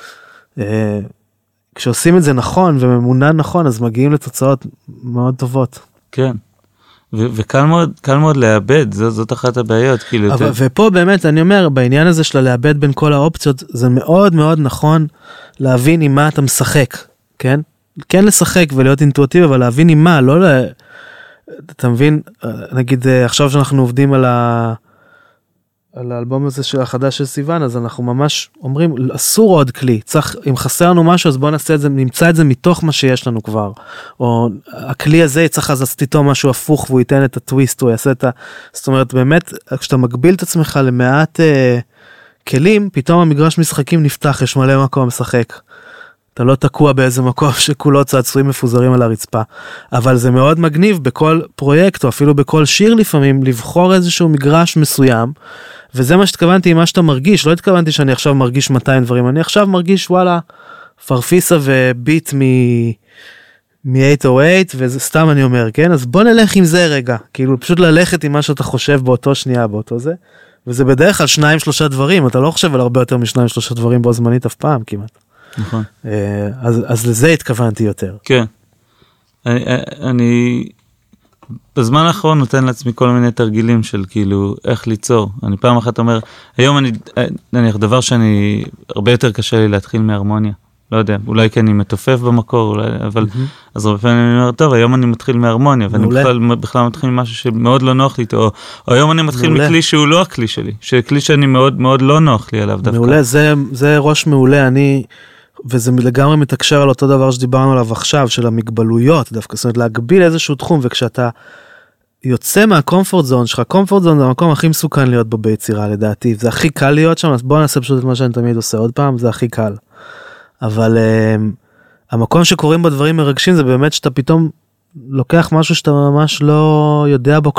כשעושים את זה נכון וממונן נכון, אז מגיעים לתוצאות מאוד טובות. כן. ו- וקל מאוד, קל מאוד לאבד, זאת, זאת אחת הבעיות. כאילו אבל, ת... ופה באמת, אני אומר, בעניין הזה של לאבד בין כל האופציות, זה מאוד מאוד נכון להבין עם מה אתה משחק, כן? כן לשחק ולהיות אינטואטיבי, אבל להבין עם מה, לא ל... אתה מבין, נגיד, עכשיו שאנחנו עובדים על ה... על האלבום הזה של החדש של סיוון, אז אנחנו ממש אומרים, אסור עוד כלי, צריך, אם חסר לנו משהו, אז בוא נעשה את זה, נמצא את זה מתוך מה שיש לנו כבר, או הכלי הזה צריך אז לעשות איתו משהו הפוך, והוא ייתן את הטוויסט, הוא יעשה את ה... זאת אומרת, באמת, כשאתה מגביל את עצמך למעט אה, כלים, פתאום המגרש משחקים נפתח, יש מלא מקום משחק. אתה לא תקוע באיזה מקום שכולו צעצועים מפוזרים על הרצפה, אבל זה מאוד מגניב בכל פרויקט, או אפילו בכל שיר לפעמים, לבחור איזשהו מגרש מסוים, וזה מה שהתכוונתי עם מה שאתה מרגיש, לא התכוונתי שאני עכשיו מרגיש מאתיים דברים, אני עכשיו מרגיש וואלה, פרפיסה וביט מ-שמונה אפס שמונה, וזה סתם אני אומר, כן? אז בוא נלך עם זה רגע, כאילו פשוט ללכת עם מה שאתה חושב באותו שנייה, באותו זה, וזה בדרך כלל שניים שלושה דברים, אתה לא חושב על הרבה יותר משניים שלושה דברים בו זמנית אף פעם כמעט. נכון. אז, אז לזה התכוונתי יותר. כן. אני, אני בזמן האחרון נותן לעצמי כל מיני תרגילים של כאילו איך ליצור. אני פעם אחת אומר, היום אני, נניח דבר שאני, הרבה יותר קשה לי להתחיל מהרמוניה. לא יודע, אולי כי אני מתופף במקור, אולי, אבל, mm-hmm. אז הרבה פעמים אני אומר, טוב, היום אני מתחיל מהרמוניה, ואני בכלל, בכלל מתחיל ממשהו שמאוד לא נוח לי, או, או היום אני מתחיל מעולה. מכלי שהוא לא הכלי שלי, שכלי שאני מאוד מאוד לא נוח לי עליו דווקא. מעולה, זה, זה ראש מעולה, אני, וזה לגמרי מתקשר על אותו דבר שדיברנו עליו עכשיו, של המגבלויות דווקא, זאת אומרת, להגביל איזשהו תחום, וכשאתה יוצא מהקומפורט זון שלך, קומפורט זון זה המקום הכי מסוכן להיות בו ביצירה, לדעתי, זה הכי קל להיות שם, אז בוא נעשה פשוט את מה שאני תמיד עושה עוד פעם, זה הכי קל. אבל um, המקום שקוראים בו דברים מרגשים זה באמת שאתה פתאום לוקח משהו שאתה ממש לא יודע בו כלום,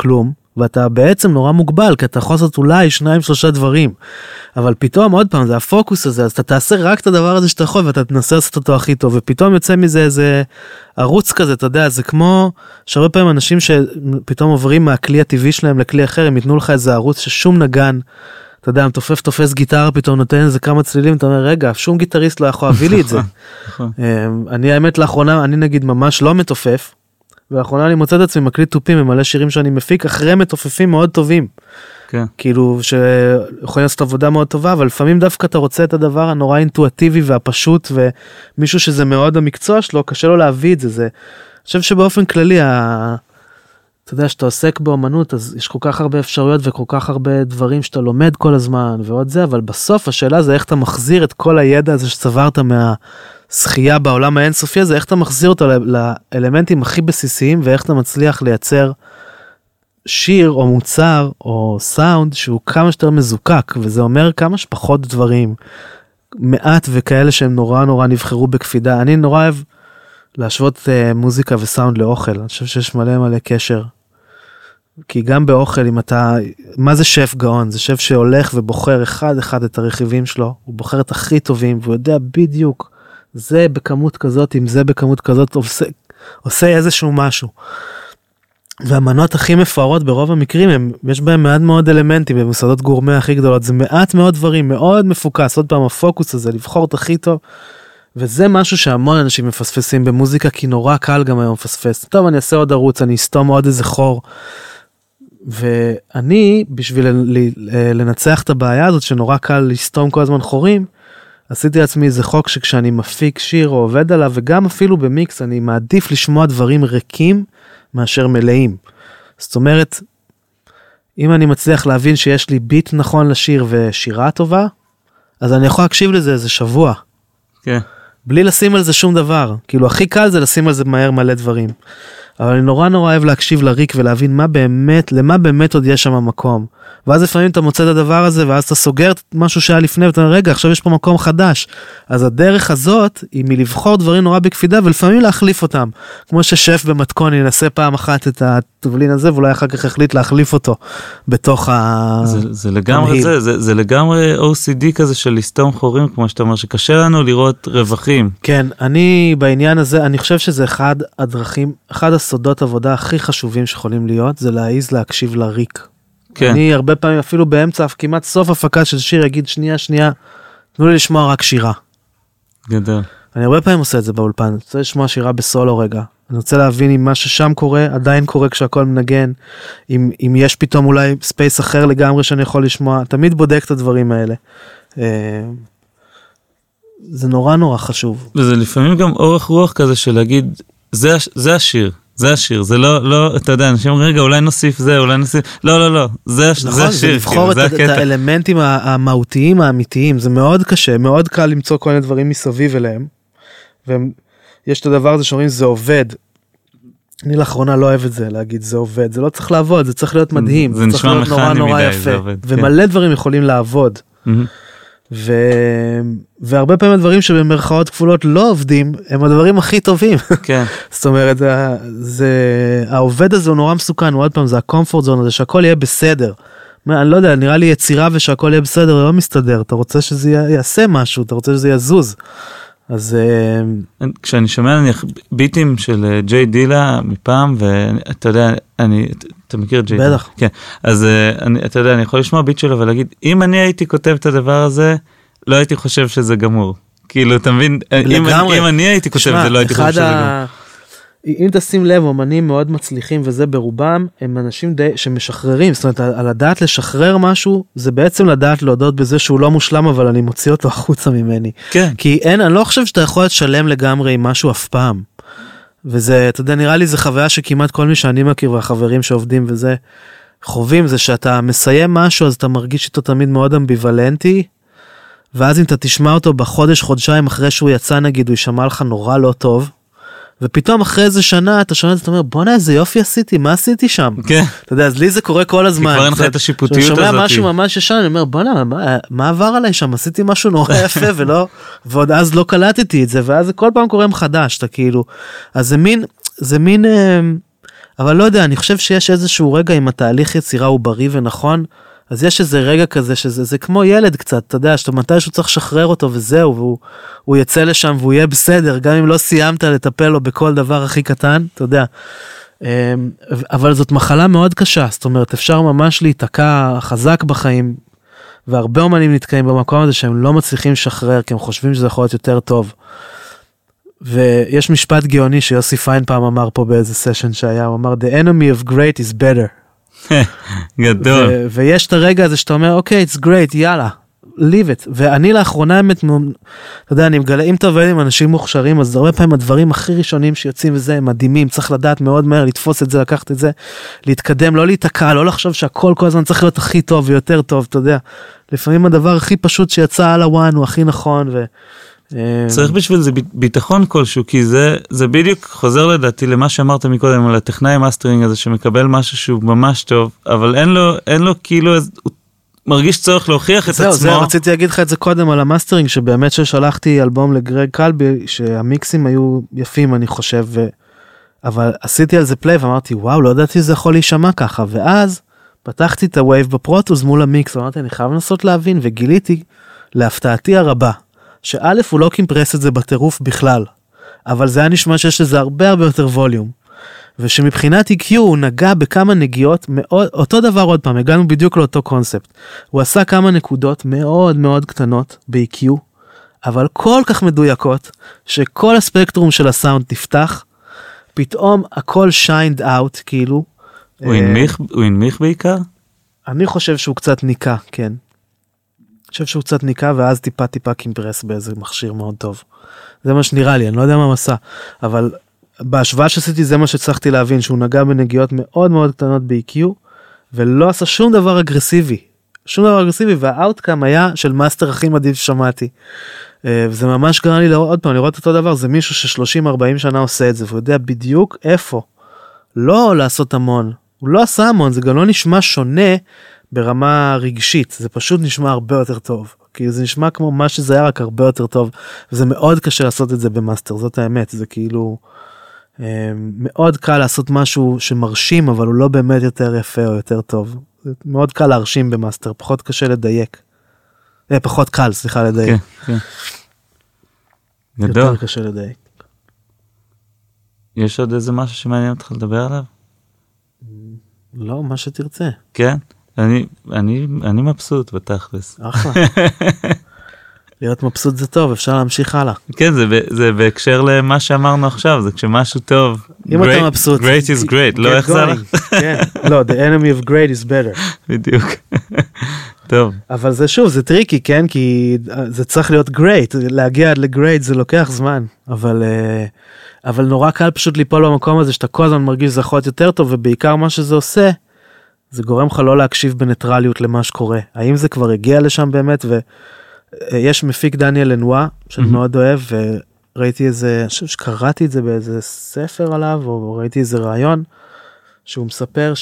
ואתה בעצם נורא מוגבל, כי אתה יכול לעשות אולי שניים שלושה דברים, אבל פתאום עוד פעם זה הפוקוס הזה, אז אתה תעשה רק את הדבר הזה שאתה יכול, ואתה תנסה לעשות אותו הכי טוב, ופתאום יוצא מזה איזה ערוץ כזה, אתה יודע, זה כמו שהרבה פעמים אנשים שפתאום עוברים מהכלי הטבעי שלהם לכלי אחר, הם ייתנו לך איזה ערוץ ששום נגן, אתה יודע, מתופף תופס גיטרה, פתאום נותן איזה כמה צלילים, אתה אומר, רגע, שום גיטריסט לא יכול להביא לי את זה. אני האמת לאחרונה, אני נגיד ממש לא מתופף, ולאחרונה אני מוצא את עצמי מקליט טופים, ממלא שירים שאני מפיק, אחרי מתופפים מאוד טובים. כן. כאילו, שיכולים לעשות עבודה מאוד טובה, אבל לפעמים דווקא אתה רוצה את הדבר הנורא אינטואטיבי והפשוט, ומישהו שזה מאוד המקצוע שלו, קשה לו להביא את זה. זה, אני חושב שבאופן כללי, ה... אתה יודע, שאתה עוסק באמנות, אז יש כל כך הרבה אפשרויות, וכל כך הרבה דברים שאתה לומד כל הזמן, ועוד זה, אבל בסוף השאלה זה איך אתה מחזיר את כל הידע הזה שצברת מה... שחייה בעולם האינסופי הזה, איך אתה מחזיר אותו לאלמנטים הכי בסיסיים, ואיך אתה מצליח לייצר שיר או מוצר או סאונד שהוא כמה שיותר מזוקק, וזה אומר כמה שפחות דברים, מעט וכאלה שהם נורא נורא נבחרו בקפידה. אני נורא אוהב להשוות uh, מוזיקה וסאונד לאוכל, אני חושב שיש מלא מלא קשר, כי גם באוכל, אם אתה, מה זה שף גאון? זה שף שהולך ובוחר אחד אחד את הרכיבים שלו, הוא בוחר את הכי טובים, והוא יודע בדיוק, זה בכמות כזאת, אם זה בכמות כזאת, עושה, עושה איזשהו משהו. והמנות הכי מפוארות ברוב המקרים, הם, יש בהם מעט מאוד אלמנטים, במסעדות גורמה הכי גדולות, זה מעט מאוד דברים, מאוד מפוקס, עוד פעם הפוקוס הזה, לבחור את הכי טוב, וזה משהו שהמון אנשים מפספסים במוזיקה, כי נורא קל גם היום מפספס. טוב, אני אעשה עוד ערוץ, אני אסתום עוד איזה חור, ואני, בשביל לנצח את הבעיה הזאת, שנורא קל לסתום כל הזמן חורים, עשיתי לעצמי איזה חוק שכשאני מפיק שיר או עובד עליו, וגם אפילו במיקס, אני מעדיף לשמוע דברים ריקים מאשר מלאים. זאת אומרת, אם אני מצליח להבין שיש לי ביט נכון לשיר ושירה טובה, אז אני יכול להקשיב לזה איזה שבוע. כן. בלי לשים על זה שום דבר. כאילו, הכי קל זה לשים על זה מהר מלא דברים. אבל אני נורא נורא אוהב להקשיב לריק ולהבין מה באמת, למה באמת עוד יש שם מקום. ואז לפעמים אתה מוצא את הדבר הזה, ואז אתה סוגר את משהו שהיה לפני, ואתה אומר, רגע, עכשיו יש פה מקום חדש. אז הדרך הזאת היא מלבחור דברים נורא בקפידה, ולפעמים להחליף אותם. כמו ששף במתכון ינסה פעם אחת את התבלין הזה, ואולי אחר כך החליט להחליף אותו בתוך ה... זה, זה לגמרי זה, זה, זה לגמרי או סי די כזה של לסתום חורים, כמו שאתה אומר, שקשה לנו לראות רווחים. כן, אני בעניין הזה, אני חושב שזה אחד הדרכים, אחד הסודות עבודה הכי חשובים שיכולים להיות, זה להעיז להקשיב לריק. כן. אני הרבה פעמים אפילו באמצע, כמעט סוף הפקה של שיר, אגיד שנייה, שנייה, תנו לי לשמוע רק שירה. גדול. אני הרבה פעמים עושה את זה באולפן, אני רוצה לשמוע שירה בסולו רגע. אני רוצה להבין אם מה ששם קורה, עדיין קורה כשהכל מנגן, אם, אם יש פתאום אולי ספייס אחר לגמרי שאני יכול לשמוע, תמיד בודק את הדברים האלה. זה נורא נורא חשוב. וזה לפעמים גם אורך רוח כזה של להגיד, זה, זה השיר. זה השיר, זה לא, לא, אתה יודע, אנשים אומרים, רגע, אולי נוסיף זה, אולי נוסיף, לא, לא, לא, זה, נכון, זה השיר. זה לבחור כאילו, את, זה את האלמנטים המהותיים, האמיתיים, זה מאוד קשה, מאוד קל למצוא כל מיני דברים מסביב אליהם, ויש את הדבר הזה שאומרים, זה עובד, אני לאחרונה לא אוהב את זה, להגיד, זה עובד, זה לא צריך לעבוד, זה צריך להיות מדהים, זה, זה נשמע מכני מדי, זה עובד. ומלא כן. דברים יכולים לעבוד. Mm-hmm. ו... והרבה פעמים הדברים שבמרכאות כפולות לא עובדים, הם הדברים הכי טובים. כן. זאת אומרת, זה, זה, העובד הזה הוא נורא מסוכן, הוא עוד פעם, זה הקומפורט זון הזה, שהכל יהיה בסדר. אני לא יודע, נראה לי יצירה ושהכל יהיה בסדר, זה לא מסתדר, אתה רוצה שזה יעשה משהו, אתה רוצה שזה יזוז. אז... כשאני שומע נניח ביטים של ג'יי דילה מפעם, ואתה יודע, אני... אתה מכיר את ג'יי דילה? בטח. כן. אז אני, אתה יודע, אני יכול לשמוע ביט שלו ולהגיד, אם אני הייתי כותב את הדבר הזה, לא הייתי חושב שזה גמור. כאילו, אתה מבין? אם, אם אני הייתי כותב את זה, לא הייתי חושב שזה גמור. אם תשים לב, אומנים מאוד מצליחים, וזה ברובם, הם אנשים די, שמשחררים, זאת אומרת, על הדעת לשחרר משהו, זה בעצם לדעת להודות בזה שהוא לא מושלם, אבל אני מוציא אותו החוצה ממני. כן. כי אין, אני לא חושב שאתה יכול לשלם לגמרי עם משהו אף פעם. וזה, אתה יודע, נראה לי זה חוויה שכמעט כל מי שאני מכיר, והחברים שעובדים וזה, חווים, זה שאתה מסיים משהו, אז אתה מרגיש איתו תמיד מאוד אמביוולנטי, ואז אם אתה תשמע אותו בחודש, חודשיים אחרי שהוא יצא, נגיד, הוא ישמע לך נורא לא טוב, ופתאום אחרי איזה שנה אתה שומע את זה, אתה אומר, בוא נה, איזה יופי עשיתי, מה עשיתי שם? כן. אתה יודע, אז לי זה קורה כל הזמן. כי כבר אין לך את השיפוטיות הזאת. אני שומע משהו ממש ישן, אני אומר, בוא נה, מה, מה עבר עליי שם? עשיתי משהו נורא יפה, ולא, ועוד אז לא קלטתי את זה, ואז זה כל פעם קורה מחדש, אתה כאילו, אז זה מין, זה מין, אבל לא יודע, אני חושב שיש איזשהו רגע אם התהליך יצירה הוא בריא ונכון, אז יש איזה רגע כזה שזה, זה כמו ילד קצת, אתה יודע, שאתה מתי שהוא צריך לשחרר אותו וזהו, והוא הוא יצא לשם והוא יהיה בסדר, גם אם לא סיימת לטפל לו בכל דבר הכי קטן, אתה יודע. אבל זאת מחלה מאוד קשה, זאת אומרת, אפשר ממש להיתקע חזק בחיים, והרבה אומנים נתקעים במקום הזה שהם לא מצליחים לשחרר, כי הם חושבים שזה יכול להיות יותר טוב. ויש משפט גאוני שיוסי פיין פעם אמר פה באיזה סשן שהיה, הוא אמר, The enemy of great is better. גדול. ו- ויש את הרגע הזה שאתה אומר, אוקיי, it's great, יאללה, leave it. ואני לאחרונה, אתה יודע, אני מגלה, אם אתה עובד עם אנשים מוכשרים, אז הרבה פעמים הדברים הכי ראשונים שיוצאים וזה, הם מדהימים, צריך לדעת מאוד מהר, לתפוס את זה, לקחת את זה, להתקדם, לא להתקע, לא לחשוב שהכל כל הזמן צריך להיות הכי טוב ויותר טוב, אתה יודע. לפעמים הדבר הכי פשוט שיצא על הוואן הוא הכי נכון, ו... צריך בשביל זה ביטחון כלשהו, כי זה, זה בדיוק חוזר לדעתי למה שאמרת מקודם, על הטכנאי מאסטרינג הזה, שמקבל משהו שהוא ממש טוב, אבל אין לו, אין לו כאילו, הוא מרגיש צורך להוכיח את עצמו. זהו, רציתי להגיד לך את זה קודם על המאסטרינג, שבאמת ששלחתי אלבום לגרג קלבי, שהמיקסים היו יפים, אני חושב, ו... אבל עשיתי על זה פליי, ואמרתי, וואו, לא ידעתי שזה יכול להישמע ככה, ואז פתחתי את הווייב בפרוטוס מול המיקס, ואמרתי, אני חייב לנסות להבין, וגיליתי, להפתעתי הרבה, שא' הוא לא קימפרס את זה בטירוף בכלל, אבל זה היה נשמע שיש לזה הרבה הרבה יותר ווליום, ושמבחינת אי קיו הוא נגע בכמה נגיעות, מאוד, אותו דבר עוד פעם, הגענו בדיוק לאותו קונספט, הוא עשה כמה נקודות מאוד מאוד קטנות ב-אי קיו, אבל כל כך מדויקות, שכל הספקטרום של הסאונד נפתח, פתאום הכל שיינד אאוט, כאילו. הוא הנמיך, הוא הנמיך בעיקר? אני חושב שהוא קצת ניקה, כן. אני חושב שהוא קצת ניקה, ואז טיפה טיפה קימפרס באיזה מכשיר מאוד טוב. זה מה שנראה לי, אני לא יודע מה מסע, אבל בהשוואה שעשיתי זה מה שצריכתי להבין, שהוא נגע בנגיעות מאוד מאוד קטנות ב-אי קיו, ולא עשה שום דבר אגרסיבי. שום דבר אגרסיבי, והאוטקאם היה של מאסטר הכי מדהים ששמעתי. וזה ממש גרם לי עוד פעם לראות אותו דבר, זה מישהו ש-שלושים ארבעים שנה עושה את זה, והוא יודע בדיוק איפה. לא לעשות המון. הוא לא עשה המון, זה גם לא נשמע שונה ברמה רגשית, זה פשוט נשמע הרבה יותר טוב. כי זה נשמע כמו מה שזה היה רק הרבה יותר טוב, וזה מאוד קשה לעשות את זה במאסטר, זאת האמת, זה כאילו מאוד קל לעשות משהו שמרשים, אבל הוא לא באמת יותר יפה או יותר טוב. זה מאוד קל להרשים במאסטר, פחות קשה לדייק. אה, פחות קל, סליחה, לדייק. כן, כן. גדול. יותר קשה לדייק. יש עוד איזה משהו שמעניין אותך לדבר עליו? לא, מה שתרצה. כן? אני, אני, אני מבסוט בתכלס. אחלה. להיות מבסוט זה טוב, אפשר להמשיך הלאה. כן, זה, זה בהקשר למה שאמרנו עכשיו, זה כשמשהו טוב. אם great, אתה מבסוט. Great is great, לא איך זה לך? כן, לא, the enemy of great is better. בדיוק. טוב. אבל זה שוב, זה טריקי, כן? כי זה צריך להיות great, להגיע עד לגרייט זה לוקח זמן, אבל, אבל נורא קל פשוט ליפול במקום הזה, שאתה כל הזמן מרגיש שזה יכול להיות יותר טוב, ובעיקר מה שזה עושה, זה גורם לך לא להקשיב בניטרליות למה שקורה. האם זה כבר הגיע לשם באמת, ויש מפיק דניאל לנואה, שאני מאוד אוהב, וראיתי איזה, אני חושב שקראתי את זה באיזה ספר עליו, או ראיתי איזה רעיון, שהוא מספר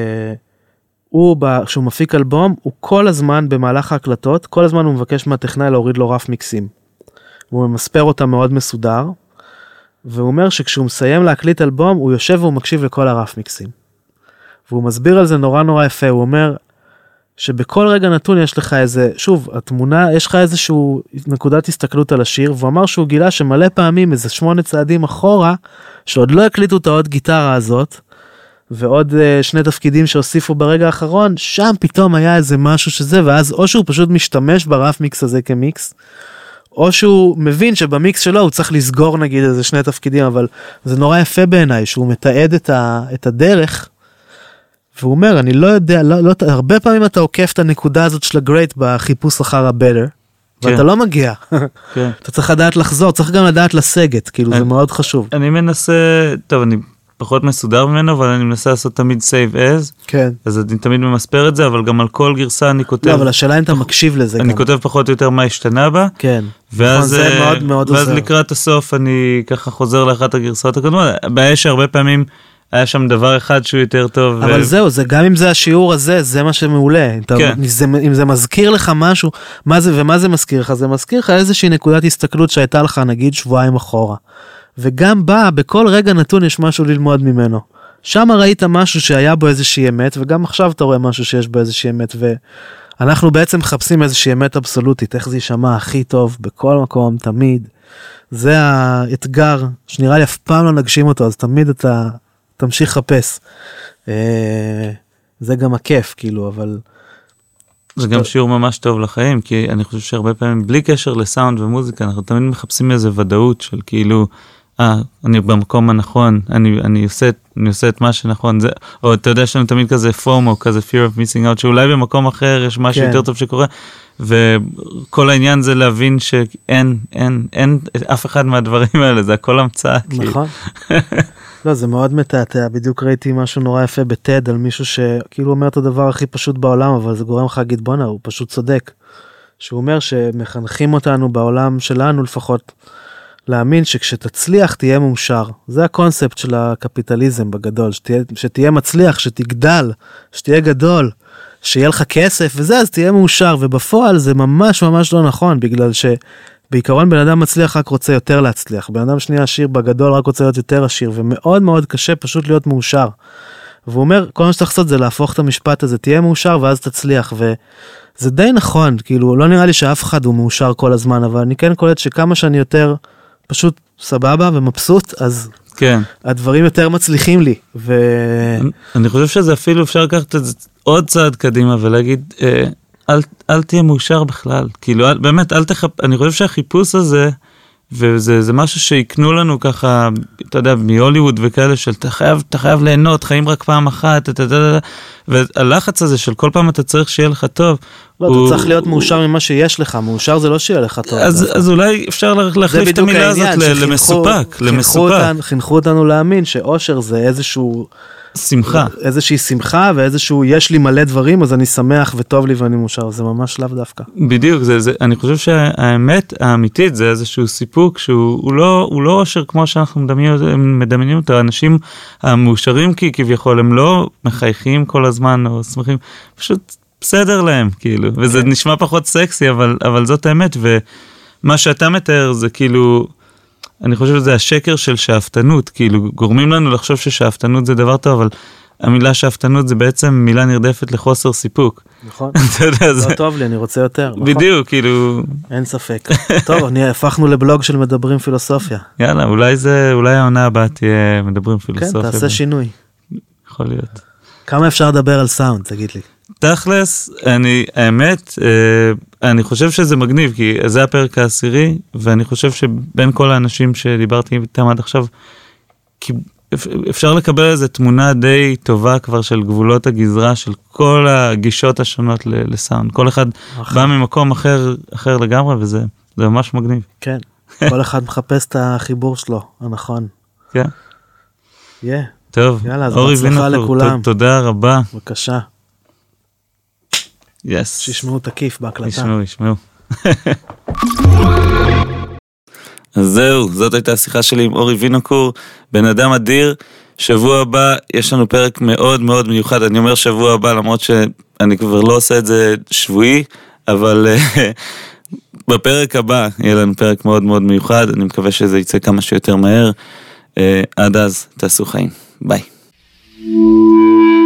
שהוא, כשהוא מפיק אלבום, הוא כל הזמן במהלך ההקלטות, כל הזמן הוא מבקש מהטכנאי להוריד לו רף מיקסים. הוא ממספר אותה מאוד מסודר, והוא אומר שכשהוא מסיים להקליט אלבום, הוא יושב והוא מקשיב לכל הרף מיקסים. והוא מסביר על זה נורא נורא יפה, הוא אומר שבכל רגע נתון יש לך איזה, שוב, התמונה, יש לך איזשהו נקודת הסתכלות על השיר, והוא אמר שהוא גילה שמלא פעמים איזה שמונה צעדים אחורה, שעוד לא הקליטו את העוד גיטרה הזאת, ועוד uh, שני תפקידים שהוסיפו ברגע האחרון, שם פתאום היה איזה משהו שזה, ואז או שהוא פשוט משתמש ברף מיקס הזה כמיקס, או שהוא מבין שבמיקס שלו הוא צריך לסגור נגיד איזה שני תפקידים, אבל זה נורא יפה בעיניי, שהוא מתעד את, ה, את הדרך, והוא אומר, אני לא יודע, לא, לא, הרבה פעמים אתה עוקף את הנקודה הזאת של הגרייט בחיפוש אחר ה-better, כן. ואתה לא מגיע. כן. אתה צריך לדעת לחזור, צריך גם לדעת לסגת, כאילו אני, זה מאוד חשוב. אני מנסה, טוב, אני פחות מסודר ממנו, אבל אני מנסה לעשות תמיד save as, כן. אז אני תמיד ממספר את זה, אבל גם על כל גרסה אני כותב. לא, אבל השאלה אם אתה מקשיב לזה אני גם. כותב פחות או יותר מה השתנה בה. כן. ואז, זה מאוד מאוד ואז עוזר. לקראת הסוף אני ככה חוזר לאחת הגרסאות הקודמות. הבעיה שהרבה פעמים היה שם דבר אחד שהוא יותר טוב. אבל ו... זהו, זה, גם אם זה השיעור הזה, זה מה שמעולה. כן. אתה, אם, זה, אם זה מזכיר לך משהו, מה זה, ומה זה מזכיר לך? זה מזכיר לך איזושהי נקודת הסתכלות שהייתה לך, נגיד, שבועיים אחורה. וגם בה, בכל רגע נתון יש משהו ללמוד ממנו. שם ראית משהו שהיה בו איזושהי אמת, וגם עכשיו אתה רואה משהו שיש בו איזושהי אמת, ואנחנו בעצם מחפשים איזושהי אמת אבסולוטית, איך זה יישמע הכי טוב, בכל מקום, תמיד. זה האתגר, שנראה לי אף פעם לא נגשים אותו, אז תמיד אתה תמשיך לחפש. זה גם הכיף, כאילו, אבל... זה גם שיעור ממש טוב לחיים, כי אני חושב שהרבה פעמים, בלי קשר לסאונד ומוזיקה, אנחנו תמיד מחפשים איזו ודאות של כאילו, אה, אני במקום הנכון, אני, אני עושה, אני עושה את מה שנכון, זה, או אתה יודע שאני תמיד כזה פומו, כזה fear of missing out, שאולי במקום אחר יש משהו כן. יותר טוב שקורה, וכל העניין זה להבין שאין, אין, אין אף אחד מהדברים האלה, זה הכל המצאה. נכון. לא, זה מאוד מתעתע, בדיוק ראיתי משהו נורא יפה בטד, על מישהו שכאילו אומר את הדבר הכי פשוט בעולם, אבל זה גורם לך להגיד, בונה, הוא פשוט צודק. שהוא אומר שמחנכים אותנו בעולם שלנו לפחות, להאמין שכשתצליח תהיה מאושר. זה הקונספט של הקפיטליזם בגדול, שתהיה, שתהיה מצליח, שתגדל, שתהיה גדול, שיהיה לך כסף וזה, אז תהיה מאושר, ובפועל זה ממש ממש לא נכון, בגלל שבעיקרון בן אדם מצליח רק רוצה יותר להצליח, בן אדם שני עשיר בגדול רק רוצה להיות יותר עשיר, ומאוד מאוד קשה פשוט להיות מאושר. והוא אומר, כל מה שצריך לעשות זה להפוך את המשפט הזה, תהיה מאושר ואז תצליח, וזה די נכון, כאילו לא נראה לי שאף אחד הוא מאושר כל הזמן, אבל אני כן קולט שכמה שאני יותר פשוט סבבה ומבסוט, אז כן. הדברים יותר מצליחים לי. ו... אני, אני חושב שזה אפילו אפשר לקחת את זה עוד צעד קדימה ולהגיד, אה, אל, אל תהיה מאושר בכלל. כאילו, אל, באמת, אל תחפ... אני חושב שהחיפוש הזה, וזה זה משהו שיקנו לנו ככה, אתה יודע, מהוליווד וכאלה, של אתה חייב, אתה חייב ליהנות, חיים רק פעם אחת, אתה יודע, והלחץ הזה של כל פעם אתה צריך שיהיה לך טוב. לא, הוא... אתה צריך להיות מאושר ממה שיש לך, מאושר זה לא שיהיה לך טוב. אז, אז אולי אפשר להחליף את המילה הזאת למסופק, למסופק. חינכו אותנו להאמין שאושר זה איזשהו... שמחה. איזושהי שמחה ואיזשהו, יש לי מלא דברים, אז אני שמח וטוב לי ואני מאושר, זה ממש לאו דווקא. בדיוק, זה, זה, אני חושב שהאמת האמיתית זה איזשהו סיפוק, שהוא הוא לא, הוא לא אושר כמו שאנחנו מדמיינים, מדמיינים אותו, האנשים המאושרים כי כביכול הם לא מחייכים כל הזמן או שמחים, פשוט בסדר להם, כאילו, וזה כן. נשמע פחות סקסי, אבל, אבל זאת האמת, ומה שאתה מתאר זה כאילו, אני חושב שזה השקר של שאפתנות, כאילו גורמים לנו לחשוב ששאפתנות זה דבר טוב, אבל המילה שאפתנות זה בעצם מילה נרדפת לחוסר סיפוק. נכון. אתה יודע, זה... לא טוב לי, אני רוצה יותר. בדיוק, כאילו... אין ספק. טוב, אני הפכנו לבלוג של מדברים פילוסופיה. יאללה, אולי זה, אולי העונה הבאה תהיה מדברים פילוסופיה. כן, תעשה שינוי. יכול להיות. כמה אפשר לדבר על סאונד, תגיד לי. תכלס, אני, האמת, אני חושב שזה מגניב, כי זה הפרק העשירי, ואני חושב שבין כל האנשים שדיברתי איתם עד עכשיו, אפשר לקבל איזו תמונה די טובה כבר של גבולות הגזרה, של כל הגישות השונות לסאונד. כל אחד בא ממקום אחר, אחר לגמרי, וזה זה ממש מגניב. כן, כל אחד מחפש את החיבור שלו, הנכון. כן. יהיה. טוב, יאללה, אז בהצלחה לכולם. תודה רבה. בבקשה. Yes. שישמעו תקיף בהקלטה. ישמעו, ישמעו. אז זהו, זאת הייתה השיחה שלי עם אורי וינוקור, בן אדם אדיר. שבוע הבא יש לנו פרק מאוד מאוד מיוחד, אני אומר שבוע הבא, למרות שאני כבר לא עושה את זה שבועי, אבל בפרק הבא יהיה לנו פרק מאוד מאוד מיוחד, אני מקווה שזה יצא כמה שיותר מהר. עד אז, תעשו חיים. ביי.